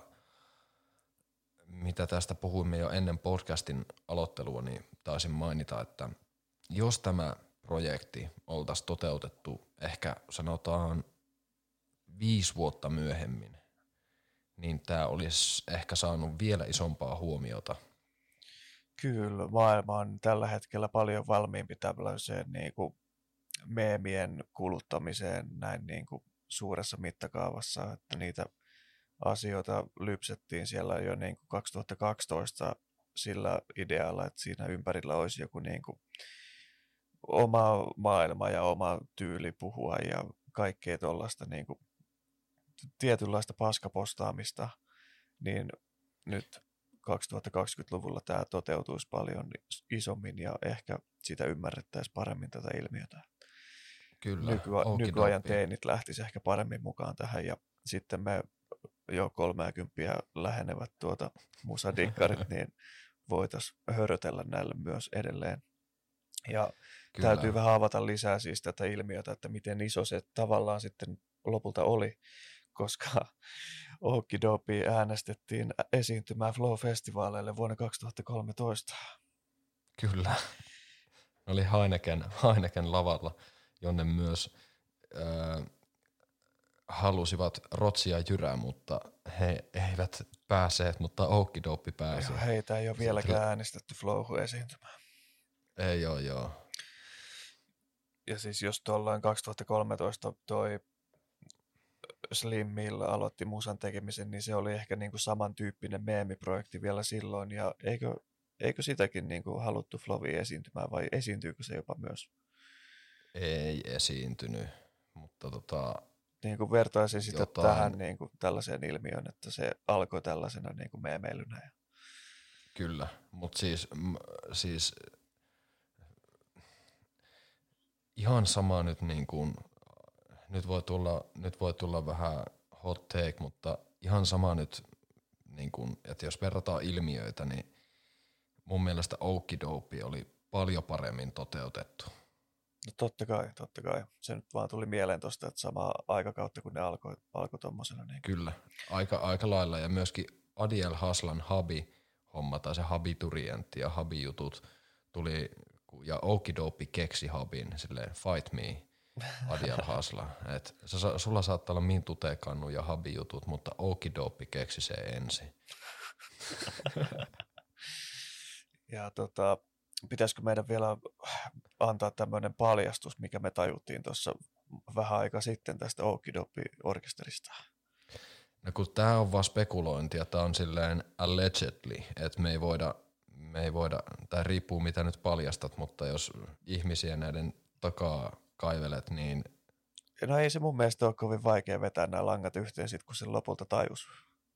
mitä tästä puhuimme jo ennen podcastin aloittelua, niin taisin mainita, että jos tämä projekti oltaisiin toteutettu ehkä sanotaan viisi vuotta myöhemmin, niin tämä olisi ehkä saanut vielä isompaa huomiota. Kyllä, maailma on tällä hetkellä paljon valmiimpi tällaiseen niin kuin meemien kuluttamiseen näin niin kuin suuressa mittakaavassa, että niitä asioita lypsettiin siellä jo niin kuin kaksituhattakaksitoista sillä idealla, että siinä ympärillä olisi joku niin kuin oma maailma ja oma tyyli puhua ja kaikkea tuollaista niin kuin tietynlaista paskapostaamista, niin nyt kaksituhattakaksikymmentäluvulla tämä toteutuisi paljon isommin ja ehkä sitä ymmärrettäisiin paremmin tätä ilmiötä. Kyllä, Nykya- nykyajan teinit lähtisi ehkä paremmin mukaan tähän ja sitten me jo kolmekymmentä lähenevät tuota musadikkarit, niin voitaisiin hörötellä näille myös edelleen. Ja Kyllä. täytyy vähän avata lisää siis tätä ilmiötä, että miten iso se tavallaan sitten lopulta oli, koska Okidope äänestettiin esiintymään Flow-festivaaleille vuonna kaksituhattakolmetoista. Kyllä. Oli Heineken, Heineken lavalla, jonne myös äh, halusivat Rotsia Jyrää, mutta he eivät pääseet, mutta Okidope pääsi. Joo, heitä ei ole vieläkään äänestetty Flowhun esiintymään. Ei ole, joo. Ja siis jos tuolloin kaksituhattakolmetoista toi Slim Mill aloitti musan tekemisen, niin se oli ehkä niin kuin samantyyppinen meemiprojekti vielä silloin, ja eikö, eikö sitäkin niin kuin haluttu Flowi esiintymään, vai esiintyykö se jopa myös? Ei esiintynyt, mutta tota, Niin kuin vertaisin sitä jotain... tähän niin kuin tällaiseen ilmiöön, että se alkoi tällaisena niin kuin meemeilynä. Kyllä, mutta siis, m, siis ihan sama nyt niin kuin, nyt voi tulla, nyt voi tulla vähän hot take, mutta ihan sama nyt, niin kuin, että jos verrataan ilmiöitä, niin mun mielestä Okidopi oli paljon paremmin toteutettu. No totta kai, totta kai. Se nyt vaan tuli mieleen tosta, että samaa aikakautta kun ne alkoi, alkoi tommosena. Niin... Kyllä, aika, aika lailla. Ja myöskin Adiel Haslan Habi-homma tai se Habiturient ja Habi-jutut tuli, ja Okidopi keksi Habin, silleen fight me, Adiel Hasla. Et sulla saattaa olla min tutekannu ja Habi-jutut, mutta Okidopi keksi se ensin. Ja tota, pitäisikö meidän vielä antaa tämmöinen paljastus, mikä me tajuttiin tuossa vähän aika sitten tästä Okidopi-orkesterista? No kun tää on vaan spekulointia, tää on silleen allegedly, että me ei voida, me ei voida, tai riippuu mitä nyt paljastat, mutta jos ihmisiä näiden takaa kaivelet, niin... No ei se mun mielestä ole kovin vaikea vetää nämä langat yhteen sit, kun se lopulta tajus.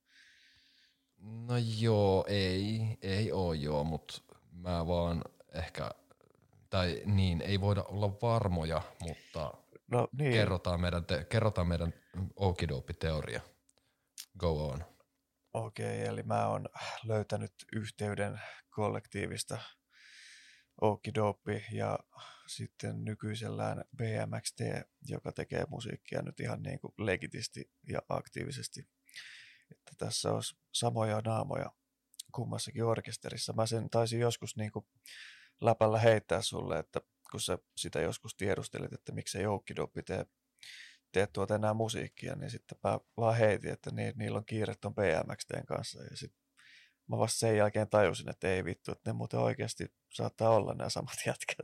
No joo, ei, ei oo joo, mutta mä vaan ehkä, tai niin, ei voida olla varmoja, mutta no, niin. kerrotaan meidän, te, kerrotaan meidän Okidopi-teoria. Go on. Okei, eli mä oon löytänyt yhteyden kollektiivista Okidopi ja sitten nykyisellään B M X T, joka tekee musiikkia nyt ihan niin kuin legitisti ja aktiivisesti. Että tässä olisi samoja naamoja kummassakin orkesterissa. Mä sen taisin joskus niin kuin läpällä heittää sulle, että kun sä sitä joskus tiedustelit, että miksei Okidopi tee, tee tuota enää musiikkia, niin sitten mä vaan heitin, että ni, niillä on kiire ton B M X T:n kanssa. Ja sitten mä vasta sen jälkeen tajusin, että ei vittu, että ne muuten oikeasti saattaa olla nämä samat jätkät.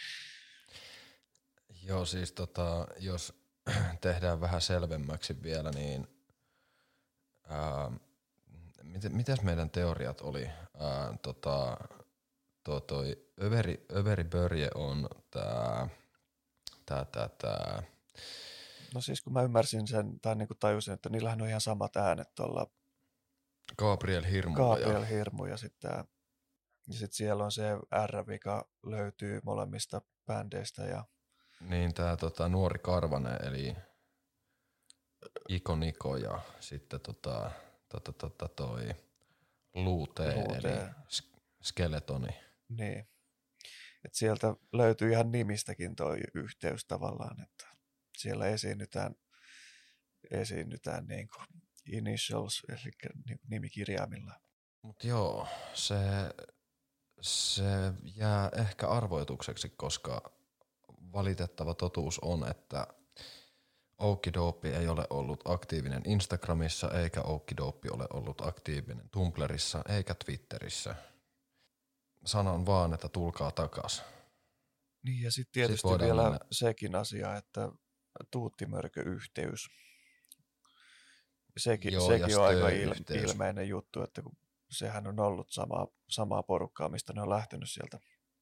Joo, siis tota, jos tehdään vähän selvemmäksi vielä, niin ää, mit, mitäs meidän teoriat oli? Ää, tota, to, toi Överi, Överi Börje on tää, tää, tää, tää. No siis kun mä ymmärsin sen, tai niin kuin tajusin, että niillähän on ihan samat äänet tuolla. Gabriel Hirmu. Gabriel Hirmu ja sitten ja sit siellä on se R, joka löytyy molemmista bändeistä. Ja... Niin tää tota, Nuori Karvanen, eli Iko Niko ja sitten tota, tota, tota, toi Luute, Luute. eli Skeletoni. Niin. Et sieltä löytyy ihan nimistäkin toi yhteys tavallaan, että siellä esiinnytään, esiinnytään niin kuin initials, eli niin kuin nimikirjaimilla. Mut joo, se, se jää ehkä arvoitukseksi, koska valitettava totuus on, että Okidopi ei ole ollut aktiivinen Instagramissa, eikä Okidopi ole ollut aktiivinen Tumblrissa, eikä Twitterissä. Sanon vaan, että tulkaa takas. Niin ja sitten tietysti sit vielä mennä... sekin asia, että tuuttimörköyhteys. Sekin, Joo, sekin on aika il, yhteys. ilmeinen juttu, että kun sehän on ollut samaa, samaa porukkaa, mistä ne on lähtenyt sieltä,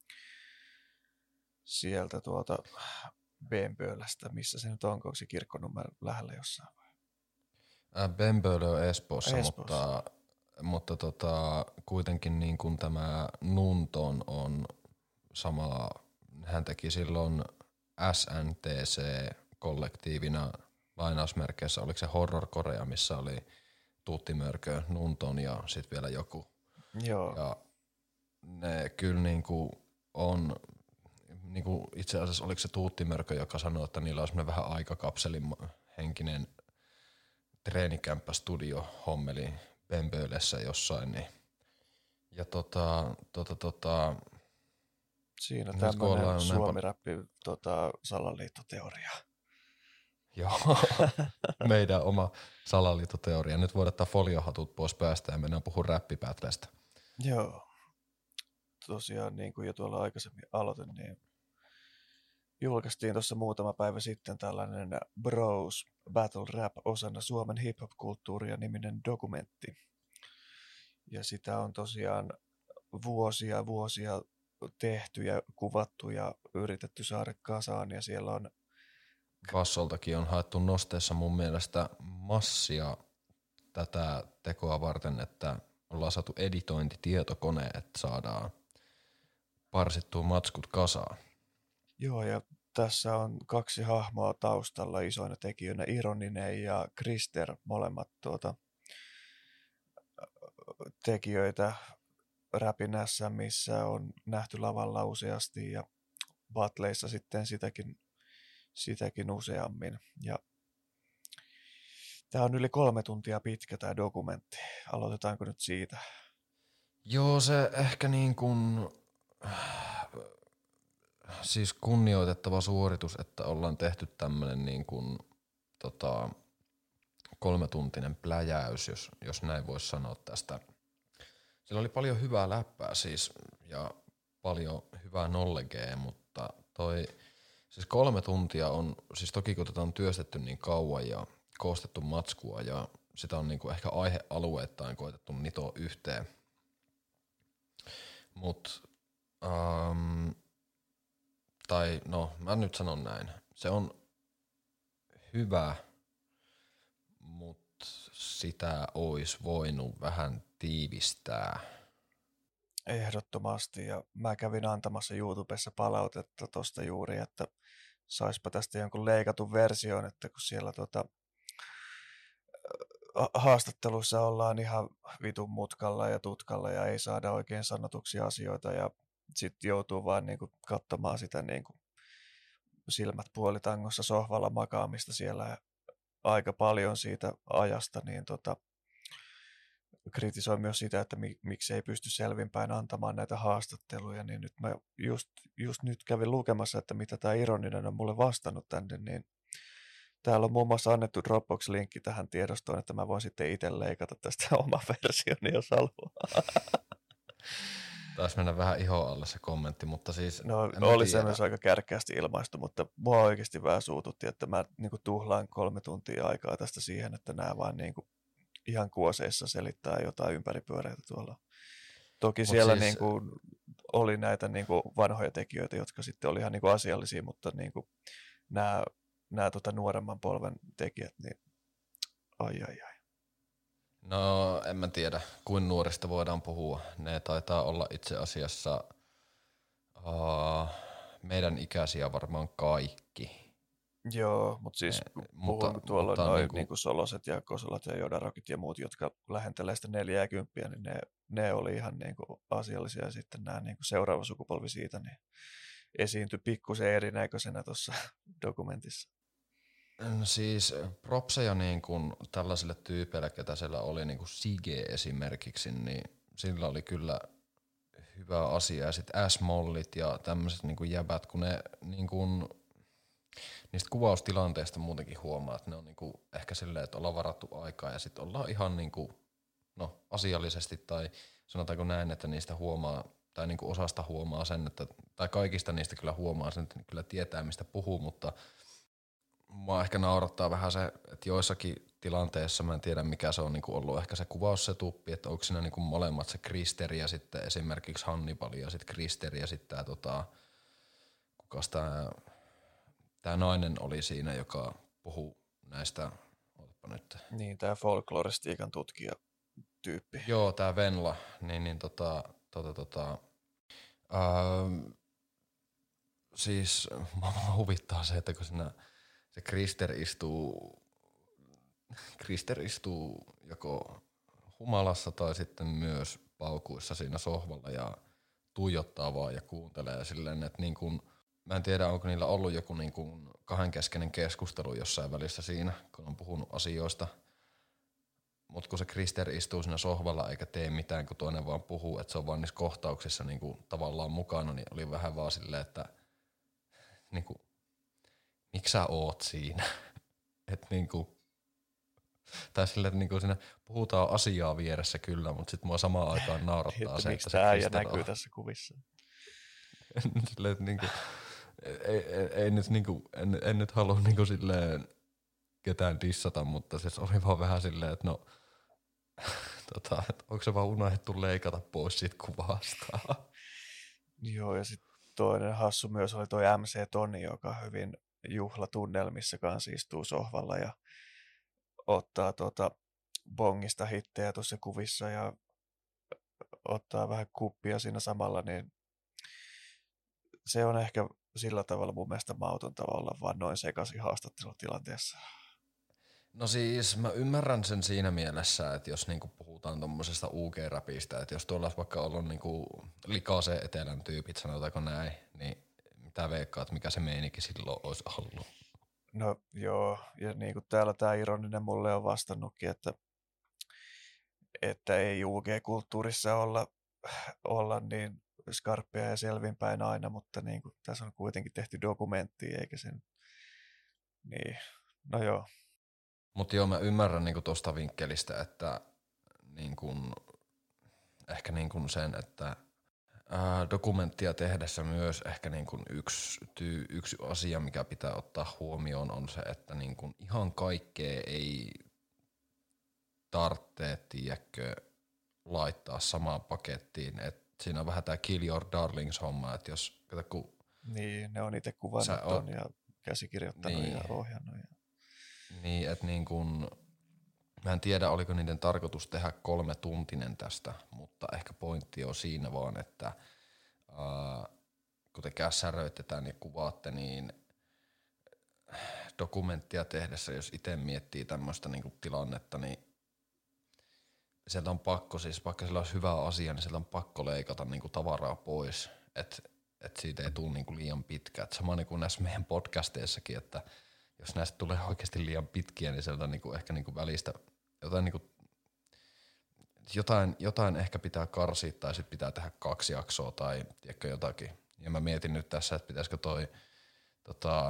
sieltä tuolta Bembölästä, missä se nyt on, onko se Kirkkonummen lähellä jossain? Äh, Bembölö on Espoossa, Espoossa. mutta, mutta tota, kuitenkin niin kuin tämä Nunton on sama, hän teki silloin S N T C-kollektiivina lainausmerkeissä, oliko se Horror Korea, missä oli Tuutti Mörkö, Nunton ja sitten vielä joku. Joo. Ja ne kyllä niinku on, niinku itse asiassa oliko se Tuutti Mörkö, joka sanoi, että niillä on semmoinen vähän aikakapselin henkinen treenikämppä studio hommeli Bembölessä jossain. Niin. Ja tota, tota, tota, siinä nyt tämmöinen suomiräppi tota, salaliittoteoria. Joo, meidän oma salaliittoteoria. Nyt voidaan ottaa foliohatut pois päästä ja mennään puhumaan räppipätlestä. Joo. Tosiaan niin kuin jo tuolla aikaisemmin aloitin, niin julkaistiin tuossa muutama päivä sitten tällainen Bros Battle Rap osana Suomen hip-hop-kulttuuria niminen dokumentti. Ja sitä on tosiaan vuosia vuosia tehty ja kuvattu ja yritetty saada kasaan ja siellä on Vassoltakin on haettu nosteessa mun mielestä massia tätä tekoa varten, että ollaan saatu editointitietokone, että saadaan parsittua matskut kasaan. Joo, ja tässä on kaksi hahmoa taustalla isoina tekijöinä, Ironinen ja Krister, molemmat tuota, tekijöitä räpinässä, missä on nähty lavalla useasti ja battleissa sitten sitäkin, sitäkin useammin. Ja tämä on yli kolme tuntia pitkä tämä dokumentti. Aloitetaanko nyt siitä? Joo, se ehkä niin kuin, siis kunnioitettava suoritus, että ollaan tehty tämmöinen niin kuin, tota, kolmetuntinen pläjäys, jos, jos näin voisi sanoa tästä. Sillä oli paljon hyvää läppää siis ja paljon hyvää knowledgea, mutta toi siis kolme tuntia on, siis toki kun tätä on työstetty niin kauan ja koostettu matskua ja sitä on niinku ehkä aihealueittain koetettu nitoa yhteen. Mut, ähm, tai no mä nyt sanon näin, se on hyvä, mut sitä ois voinut vähän tiivistää. Ehdottomasti, ja mä kävin antamassa YouTubessa palautetta tosta juuri, että saispa tästä jonkun leikatun version, että kun siellä tota, haastatteluissa ollaan ihan vitun mutkalla ja tutkalla ja ei saada oikein sanotuksi asioita ja sitten joutuu vaan niinku katsomaan sitä niinku silmät puolitangossa sohvalla makaamista siellä aika paljon siitä ajasta, niin tota, kritisoi myös sitä, että mi- miksi ei pysty selvinpäin antamaan näitä haastatteluja, niin nyt mä just, just nyt kävin lukemassa, että mitä tämä Ironinen on mulle vastannut tänne, niin täällä on muun muassa annettu Dropbox-linkki tähän tiedostoon, että mä voin sitten itse leikata tästä oma versioni, jos haluaa. Taisi mennä vähän ihoa alle se kommentti, mutta siis... No oli se myös aika kärkkäästi ilmaistu, mutta mua oikeasti vähän suututti, että mä niinku tuhlaan kolme tuntia aikaa tästä siihen, että nämä vaan niinku ihan kuoseissa selittää jotain ympäripyöreitä tuolla. Toki Mut siellä siis... niinku oli näitä niinku vanhoja tekijöitä, jotka sitten oli ihan niinku asiallisia, mutta niinku nämä, nämä tota nuoremman polven tekijät, niin ai ai ai. No en mä tiedä, kuin nuorista voidaan puhua. Ne taitaa olla itse asiassa uh, meidän ikäisiä varmaan kaikki. Joo, mutta siis ne, puhun mutta, tuolla mutta noin niinku... niinku Soloset ja Kosolat ja Jodarokit ja muut, jotka lähentelee sitä neljääkymppiä, niin ne, ne oli ihan niinku asiallisia ja sitten nämä niinku seuraava sukupolvi siitä niin esiintyi pikkusen erinäköisenä tuossa dokumentissa. Siis propseja niin kuin tällaisille tyypeille, ketä siellä oli, niin kuin Sige esimerkiksi, niin sillä oli kyllä hyvä asia. Ja sitten S-mollit ja tämmöiset niin kuin jäbät, kun ne niin kuin, niistä kuvaustilanteista muutenkin huomaa, että ne on niin kuin ehkä silleen, että ollaan varattu aikaa ja sitten ollaan ihan niin kuin, no, asiallisesti tai sanotaanko näin, että niistä huomaa tai niin kuin osasta huomaa sen, että, tai kaikista niistä kyllä huomaa sen, että kyllä tietää mistä puhuu, mutta mua ehkä naurattaa vähän se, että joissakin tilanteissa mä en tiedä mikä se on niin kuin ollut ehkä se kuvaussetuppi, että onko siinä niin kuin molemmat se Krister ja sitten esimerkiksi Hannibal ja sitten Krister ja sitten tämä tota, kukas tämä tää nainen oli siinä, joka puhuu näistä, ootapa nyt. Niin, tämä folkloristiikan tutkija tyyppi. Joo, tämä Venla, niin, niin tota, tota, tota, ää, siis mua huvittaa se, että kun siinä se Krister istuu, Krister istuu joko humalassa tai sitten myös paukuissa siinä sohvalla ja tuijottaa vaan ja kuuntelee silleen, että niin kun, mä en tiedä onko niillä ollut joku niin kun kahdenkeskeinen keskustelu jossain välissä siinä, kun on puhunut asioista. Mutta kun se Krister istuu siinä sohvalla eikä tee mitään, kun toinen vaan puhuu, että se on vaan niissä kohtauksissa niin kun tavallaan mukana, niin oli vähän vaan silleen, että niin kun, miksi sä oot siinä? Et niinku, tai silleen, että niinku siinä puhutaan asiaa vieressä kyllä, mutta sitten mua samaan aikaan naurattaa se, miksi että se tämä Krister näkyy on. tässä kuvissa. Silleen, että niinku, ei, ei, ei nyt niinku, en, en nyt halua niinku silleen ketään dissata, mutta siis oli vaan vähän silleen, että no, tota, et onko se vaan unohdettu leikata pois siitä kuvasta? Joo, ja sitten toinen hassu myös oli toi M C Toni, joka hyvin juhlatunnelmissa kanssa istuu sohvalla ja ottaa tuota bongista hittejä tuossa kuvissa ja ottaa vähän kuppia siinä samalla, niin se on ehkä sillä tavalla mun mielestä mautonta olla vaan noin sekaisin haastattelutilanteessa. No siis mä ymmärrän sen siinä mielessä, että jos niinku puhutaan tommosesta U G-räpistä, että jos tuolla olisi vaikka ollut niinku likaisen etelän tyypit, sanotaanko näin, niin mitä veikkaat, mikä se meininki silloin olisi ollut? No joo, ja niin kuin täällä tämä ironinen mulle on vastannutkin, että, että ei U G-kulttuurissa olla, olla niin skarppia ja selvinpäin aina, mutta niin kuin tässä on kuitenkin tehty dokumentti, eikä sen, niin, no joo. Mutta joo, mä ymmärrän niinku tuosta vinkkelistä, että niinku, ehkä niinku sen, että ää, dokumenttia tehdessä myös ehkä niinku yksi, tyy, yksi asia, mikä pitää ottaa huomioon, on se, että niinku ihan kaikkea ei tarvitse, tiedätkö, laittaa samaan pakettiin. Et siinä on vähän tää Kill Your Darlings-homma, että jos kato, kun Niin, ne on itse kuvannut ton ja käsikirjoittanut niin. ja ohjannut. Ja niin, että niin kun, mä en tiedä, oliko niiden tarkoitus tehdä kolme tuntinen tästä, mutta ehkä pointti on siinä vaan, että ää, kun te kässäröitetään ja kuvaatte, niin dokumenttia tehdessä, jos itse miettii tämmöistä niin tilannetta, niin sieltä on pakko, siis vaikka sillä olisi hyvä asia, niin sieltä on pakko leikata niin tavaraa pois, että et siitä ei tule niin liian pitkä. Et sama niin kuin näissä meidän podcasteissakin, että jos näistä tulee oikeasti liian pitkiä, niin sieltä niinku ehkä niinku välistä jotain, niinku, jotain, jotain ehkä pitää karsia tai sitten pitää tehdä kaksi jaksoa tai tiedätkö jotakin. Ja mä mietin nyt tässä, että pitäisikö toi tota,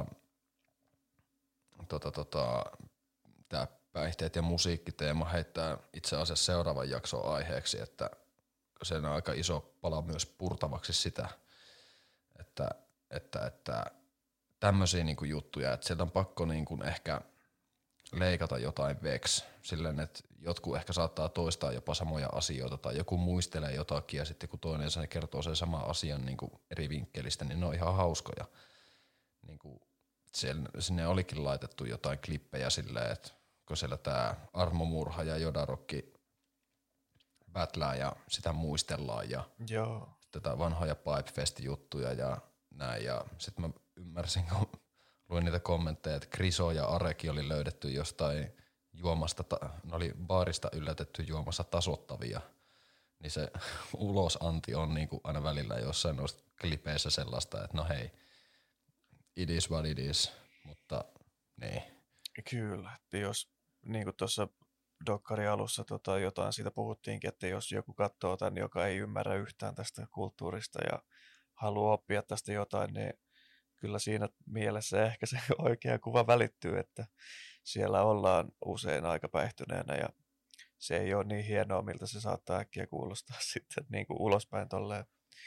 tota, tota, tää päihteet ja musiikkiteema heittää itse asiassa seuraavan jakson aiheeksi, että se on aika iso pala myös purtavaksi sitä, että, että, että tämmöisiä niinku juttuja, että sieltä on pakko niinku ehkä leikata jotain veks, silleen, että jotkut ehkä saattaa toistaa jopa samoja asioita tai joku muistelee jotakin ja sitten kun toinen se kertoo sen saman asian niinku eri vinkkelistä, niin ne on ihan hauskoja. Niinku siellä, sinne olikin laitettu jotain klippejä silleen, että kun siellä tää Armo Murha ja Jodarokki battlää ja sitä muistellaan ja joo. tätä vanhoja Pipefest-juttuja ja näin ja sit mä ymmärsin, kun luin niitä kommentteja, että Kriso ja Areki oli löydetty jostain juomasta, ne oli baarista yllätetty juomassa tasottavia, niin se ulosanti on niinku aina välillä jossain noista klipeissä sellaista, että no hei, it is what it is, mutta niin. Kyllä, että jos niin kuin tuossa dokkari alussa tota, jotain siitä puhuttiinkin, että jos joku katsoo tämän, joka ei ymmärrä yhtään tästä kulttuurista ja haluaa oppia tästä jotain, niin kyllä siinä mielessä ehkä se oikea kuva välittyy, että siellä ollaan usein aika päihtyneenä ja se ei ole niin hienoa, miltä se saattaa äkkiä kuulostaa sitten niin kuin ulospäin tolleen.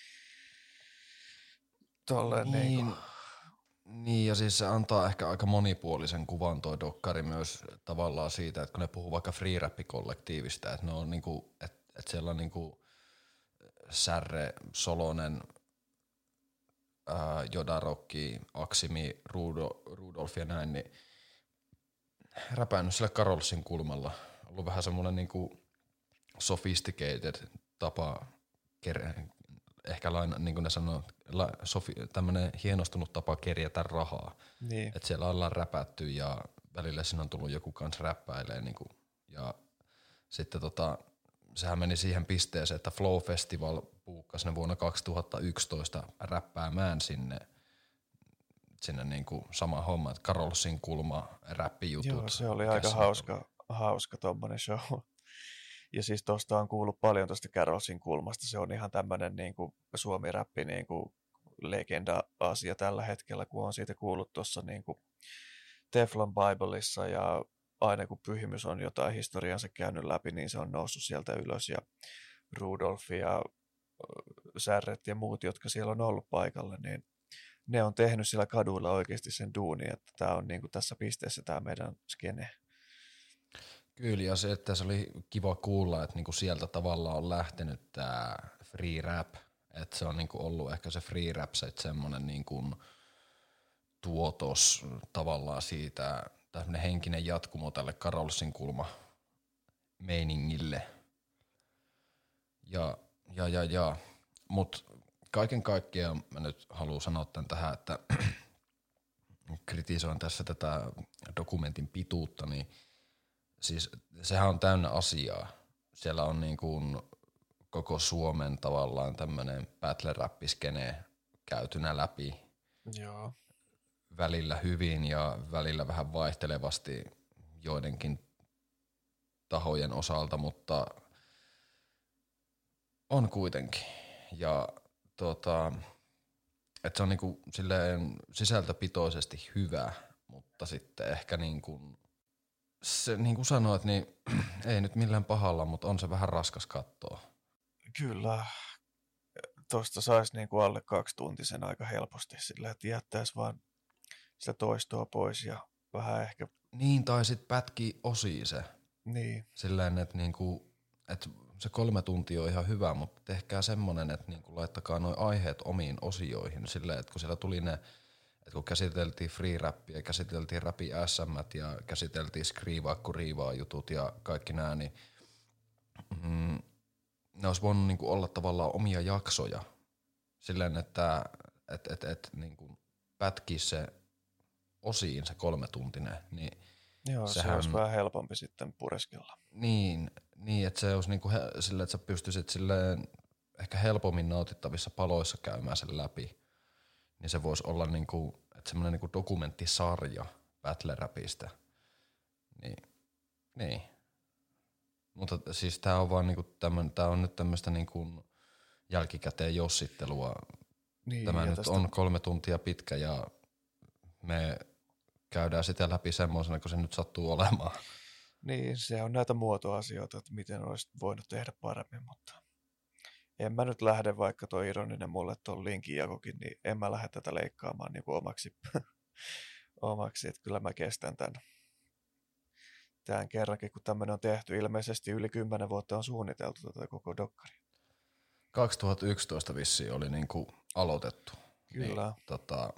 tolleen niin, niin, niin ja siis se antaa ehkä aika monipuolisen kuvan toi dokkari myös tavallaan siitä, että kun ne puhuu vaikka free rap-kollektiivista, että ne on niinku, että, että siellä on niinku Särre, Solonen, ää, Jodarokki, Aksimi, Rudo, Rudolf ja näin, niin räpännyt sillä Karolsin kulmalla. Ollut vähän semmoinen niinku sophisticated tapa, ker- ehkä laina, niin kuin ne sanoo, la, sofi, tämmöinen hienostunut tapa kerjätä rahaa. niin. Että siellä ollaan räpätty ja välillä siinä on tullut joku kans räppäilee. Niinku, ja sitten tota, sehän meni siihen pisteeseen, että Flow Festival puukkasi ne vuonna kaksituhattayksitoista räppäämään sinne, sinne niinku sama homma, että Karolsin kulma, räppijutut. Joo, se oli aika hauska, hauska tommonen show. Ja siis tosta on kuullut paljon tosta Carolsin kulmasta. Se on ihan tämmönen niinku suomi-räppi niinku legenda-asia tällä hetkellä, kun on siitä kuullut tuossa niinku Teflon Bibleissa ja aina kun Pyhimys on jotain historiansa käynyt läpi, niin se on noussut sieltä ylös ja Rudolf ja Särret ja muut, jotka siellä on ollut paikalla, niin ne on tehnyt sillä kaduilla oikeasti sen duunin, että tämä on niin kuin tässä pisteessä tämä meidän skene. Kyllä, ja se, että se oli kiva kuulla, että niinku sieltä tavallaan on lähtenyt tämä free rap, että se on niinku ollut ehkä se free rap, se semmoinen niinku tuotos tavallaan siitä, tämmöinen henkinen jatkumo tälle Karolsin kulma meiningille. Ja, ja, ja, ja. Mut kaiken kaikkiaan mä nyt haluan sanoa tämän tähän, että kritisoin tässä tätä dokumentin pituutta, niin siis sehän on täynnä asiaa. Siellä on niin kuin koko Suomen tavallaan tämmönen battle-rappiskene käytynä läpi. Joo. Välillä hyvin ja välillä vähän vaihtelevasti joidenkin tahojen osalta, mutta on kuitenkin. Ja tota, että se on niinku silleen sisältöpitoisesti hyvä, mutta sitten ehkä niinku se niin kuin sanoit, niin ei nyt millään pahalla, mutta on se vähän raskas katsoa. Kyllä. Tuosta saisi niinku alle kaksi tuntisen aika helposti sillä, että jättäisi vaan sitä toistoa pois ja vähän ehkä... Niin, tai sit pätkii osiin se. Niin. Silleen, että niinku, et se kolme tuntia on ihan hyvä, mutta tehkää semmonen, että niinku laittakaa nuo aiheet omiin osioihin. Silleen, että kun siellä tuli ne, että kun käsiteltiin free rappia, käsiteltiin rapi S M ja käsiteltiin skriivaa kun riivaa jutut ja kaikki nää, niin mm, ne olisi voinut niinku olla tavallaan omia jaksoja. Silleen, että et, et, et, niinku pätkii se osiin se kolmetuntinen, niin joo, sehän, se olisi vähän helpompi sitten pureskella. Niin, niin että se olisi niinku he, silleen, että sä pystyisit silleen ehkä helpommin nautittavissa paloissa käymään sen läpi. Niin se voisi olla niinku, että semmoinen niinku dokumenttisarja battle rapista. Niin, niin. Mutta siis tää on vaan niinku tämmönen, tää on nyt tämmöistä niinku jälkikäteen jossittelua. Niin, Tämä nyt tästä... on kolme tuntia pitkä ja me käydään sitä läpi semmoisena, kun se nyt sattuu olemaan. Niin, se on näitä muotoasioita, että miten olisi voinut tehdä paremmin, mutta en mä nyt lähde, vaikka tuo ironinen mulle tuon linkin jakokin, niin en mä lähde tätä leikkaamaan niin kuin omaksi, omaksi, että kyllä mä kestän tämän, tämän kerrankin, kun tämmöinen on tehty. Ilmeisesti yli kymmenen vuotta on suunniteltu tätä koko dokkari. kaksituhattayksitoista vissiin oli niinku aloitettu. Kyllä. Niin, tota,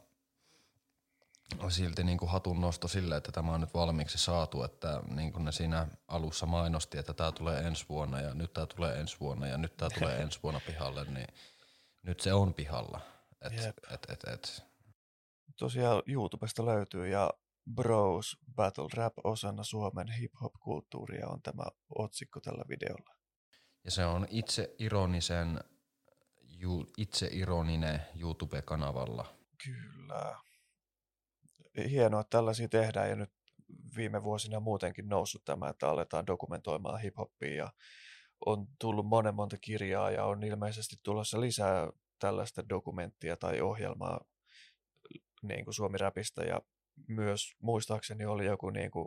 silti niinku hatun nosto sille, että tämä on nyt valmiiksi saatu, että niin kuin ne siinä alussa mainosti, että tämä tulee ensi vuonna ja nyt tämä tulee ensi vuonna ja nyt tämä tulee ensi vuonna pihalle, niin nyt se on pihalla. Et, et, et, et. Tosiaan YouTubesta löytyy ja Bros Battle Rap osana Suomen hip-hop-kulttuuria on tämä otsikko tällä videolla. Ja se on itse ironisen, ju, itse ironinen YouTube-kanavalla. Kyllä. Hienoa, että tällaisia tehdään ja nyt viime vuosina muutenkin noussut tämä, että aletaan dokumentoimaan hip-hoppia ja on tullut monen monta kirjaa ja on ilmeisesti tulossa lisää tällaista dokumenttia tai ohjelmaa niin kuin Suomi-räpistä ja myös muistaakseni oli joku niin kuin,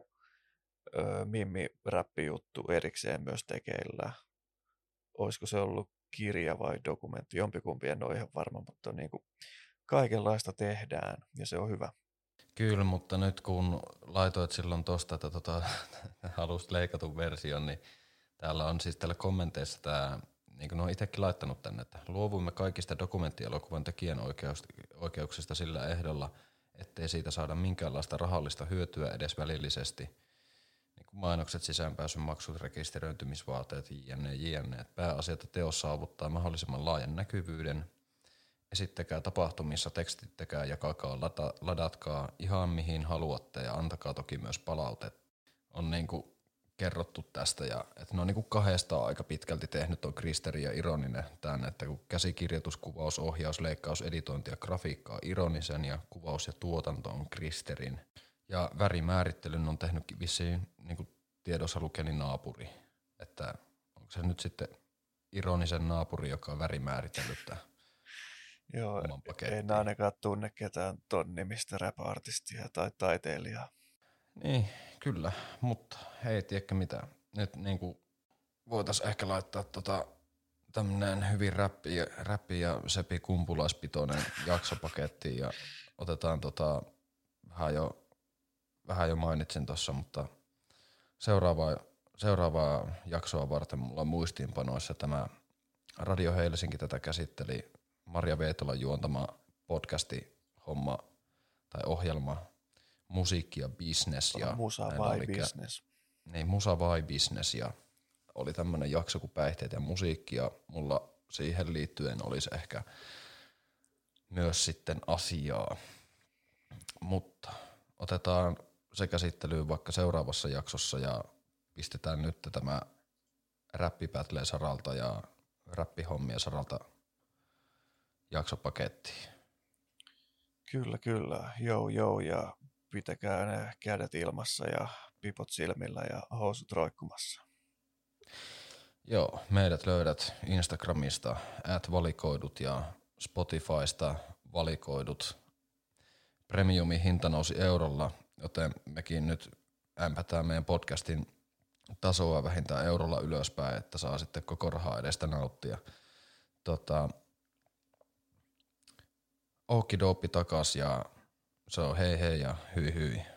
ö, mimmi-räppijuttu erikseen myös tekeillä. Olisiko se ollut kirja vai dokumentti, jompikumpi, en ole ihan varma, mutta niin kuin kaikenlaista tehdään ja se on hyvä. Kyllä, mutta nyt kun laitoit silloin tosta, että tota, halusit leikatun version, niin täällä on siis täällä kommenteissa tämä, niin kuin ne on itsekin laittanut tänne, että luovuimme kaikista dokumenttielokuvan tekijänoikeuksista sillä ehdolla, ettei siitä saada minkäänlaista rahallista hyötyä edes välillisesti. Niin kuin mainokset, sisäänpääsyn maksut, rekisteröintymisvaateet, jne, jne. Pääasia, että teos saavuttaa mahdollisimman laajan näkyvyyden. Esittäkää tapahtumissa, tekstittäkää, jakakaa, lada, ladatkaa ihan mihin haluatte ja antakaa toki myös palautetta. On niinku kerrottu tästä ja että ne on niinku kahdestaan aika pitkälti tehnyt on Kristeri ja Ironinen tämän, että kun käsikirjoitus, kuvaus, ohjaus, leikkaus, editointi ja grafiikka on Ironisen ja kuvaus ja tuotanto on Kristerin. Ja värimäärittelyn on tehnyt vissiin niinku tiedossa lukeni naapuri, että onko se nyt sitten Ironisen naapuri, joka on värimääritellyt tämän. Joo, en ainakaan tunne ketään ton nimistä rap-artistia tai taiteilijaa. Niin, kyllä, mutta hei, tiedätkö mitä, nyt niinku voitais ehkä laittaa tota tämmönen hyvin räppi, räppi ja sepi kumpulaispitoinen jaksopaketti ja otetaan tota, vähän jo, vähän jo mainitsin tossa, mutta seuraavaa, seuraavaa jaksoa varten mulla on muistiinpanoissa tämä Radio Helsinki tätä käsitteli Marja Veetolan juontama podcasti homma tai ohjelma Musiikki ja Business. Ja Musa vai Business. Niin, Musa vai Business ja oli tämmönen jakso kuin päihteet ja musiikki ja mulla siihen liittyen olisi ehkä myös sitten asiaa. Mutta otetaan se käsittelyyn vaikka seuraavassa jaksossa ja pistetään nyt tämä räppipätleen saralta ja räppihommien saralta jaksopakettiin. Kyllä, kyllä. Joo, joo ja pitäkää ne kädet ilmassa ja pipot silmillä ja housut roikkumassa. Joo, meidät löydät Instagramista at valikoidut ja Spotifysta valikoidut. Premiumin hinta nousi eurolla, joten mekin nyt ämpätään meidän podcastin tasoa vähintään eurolla ylöspäin, että saa sitten koko rahaa edestä nauttia. Tota, okidooppi takas ja se on hei hei ja hyi hyi.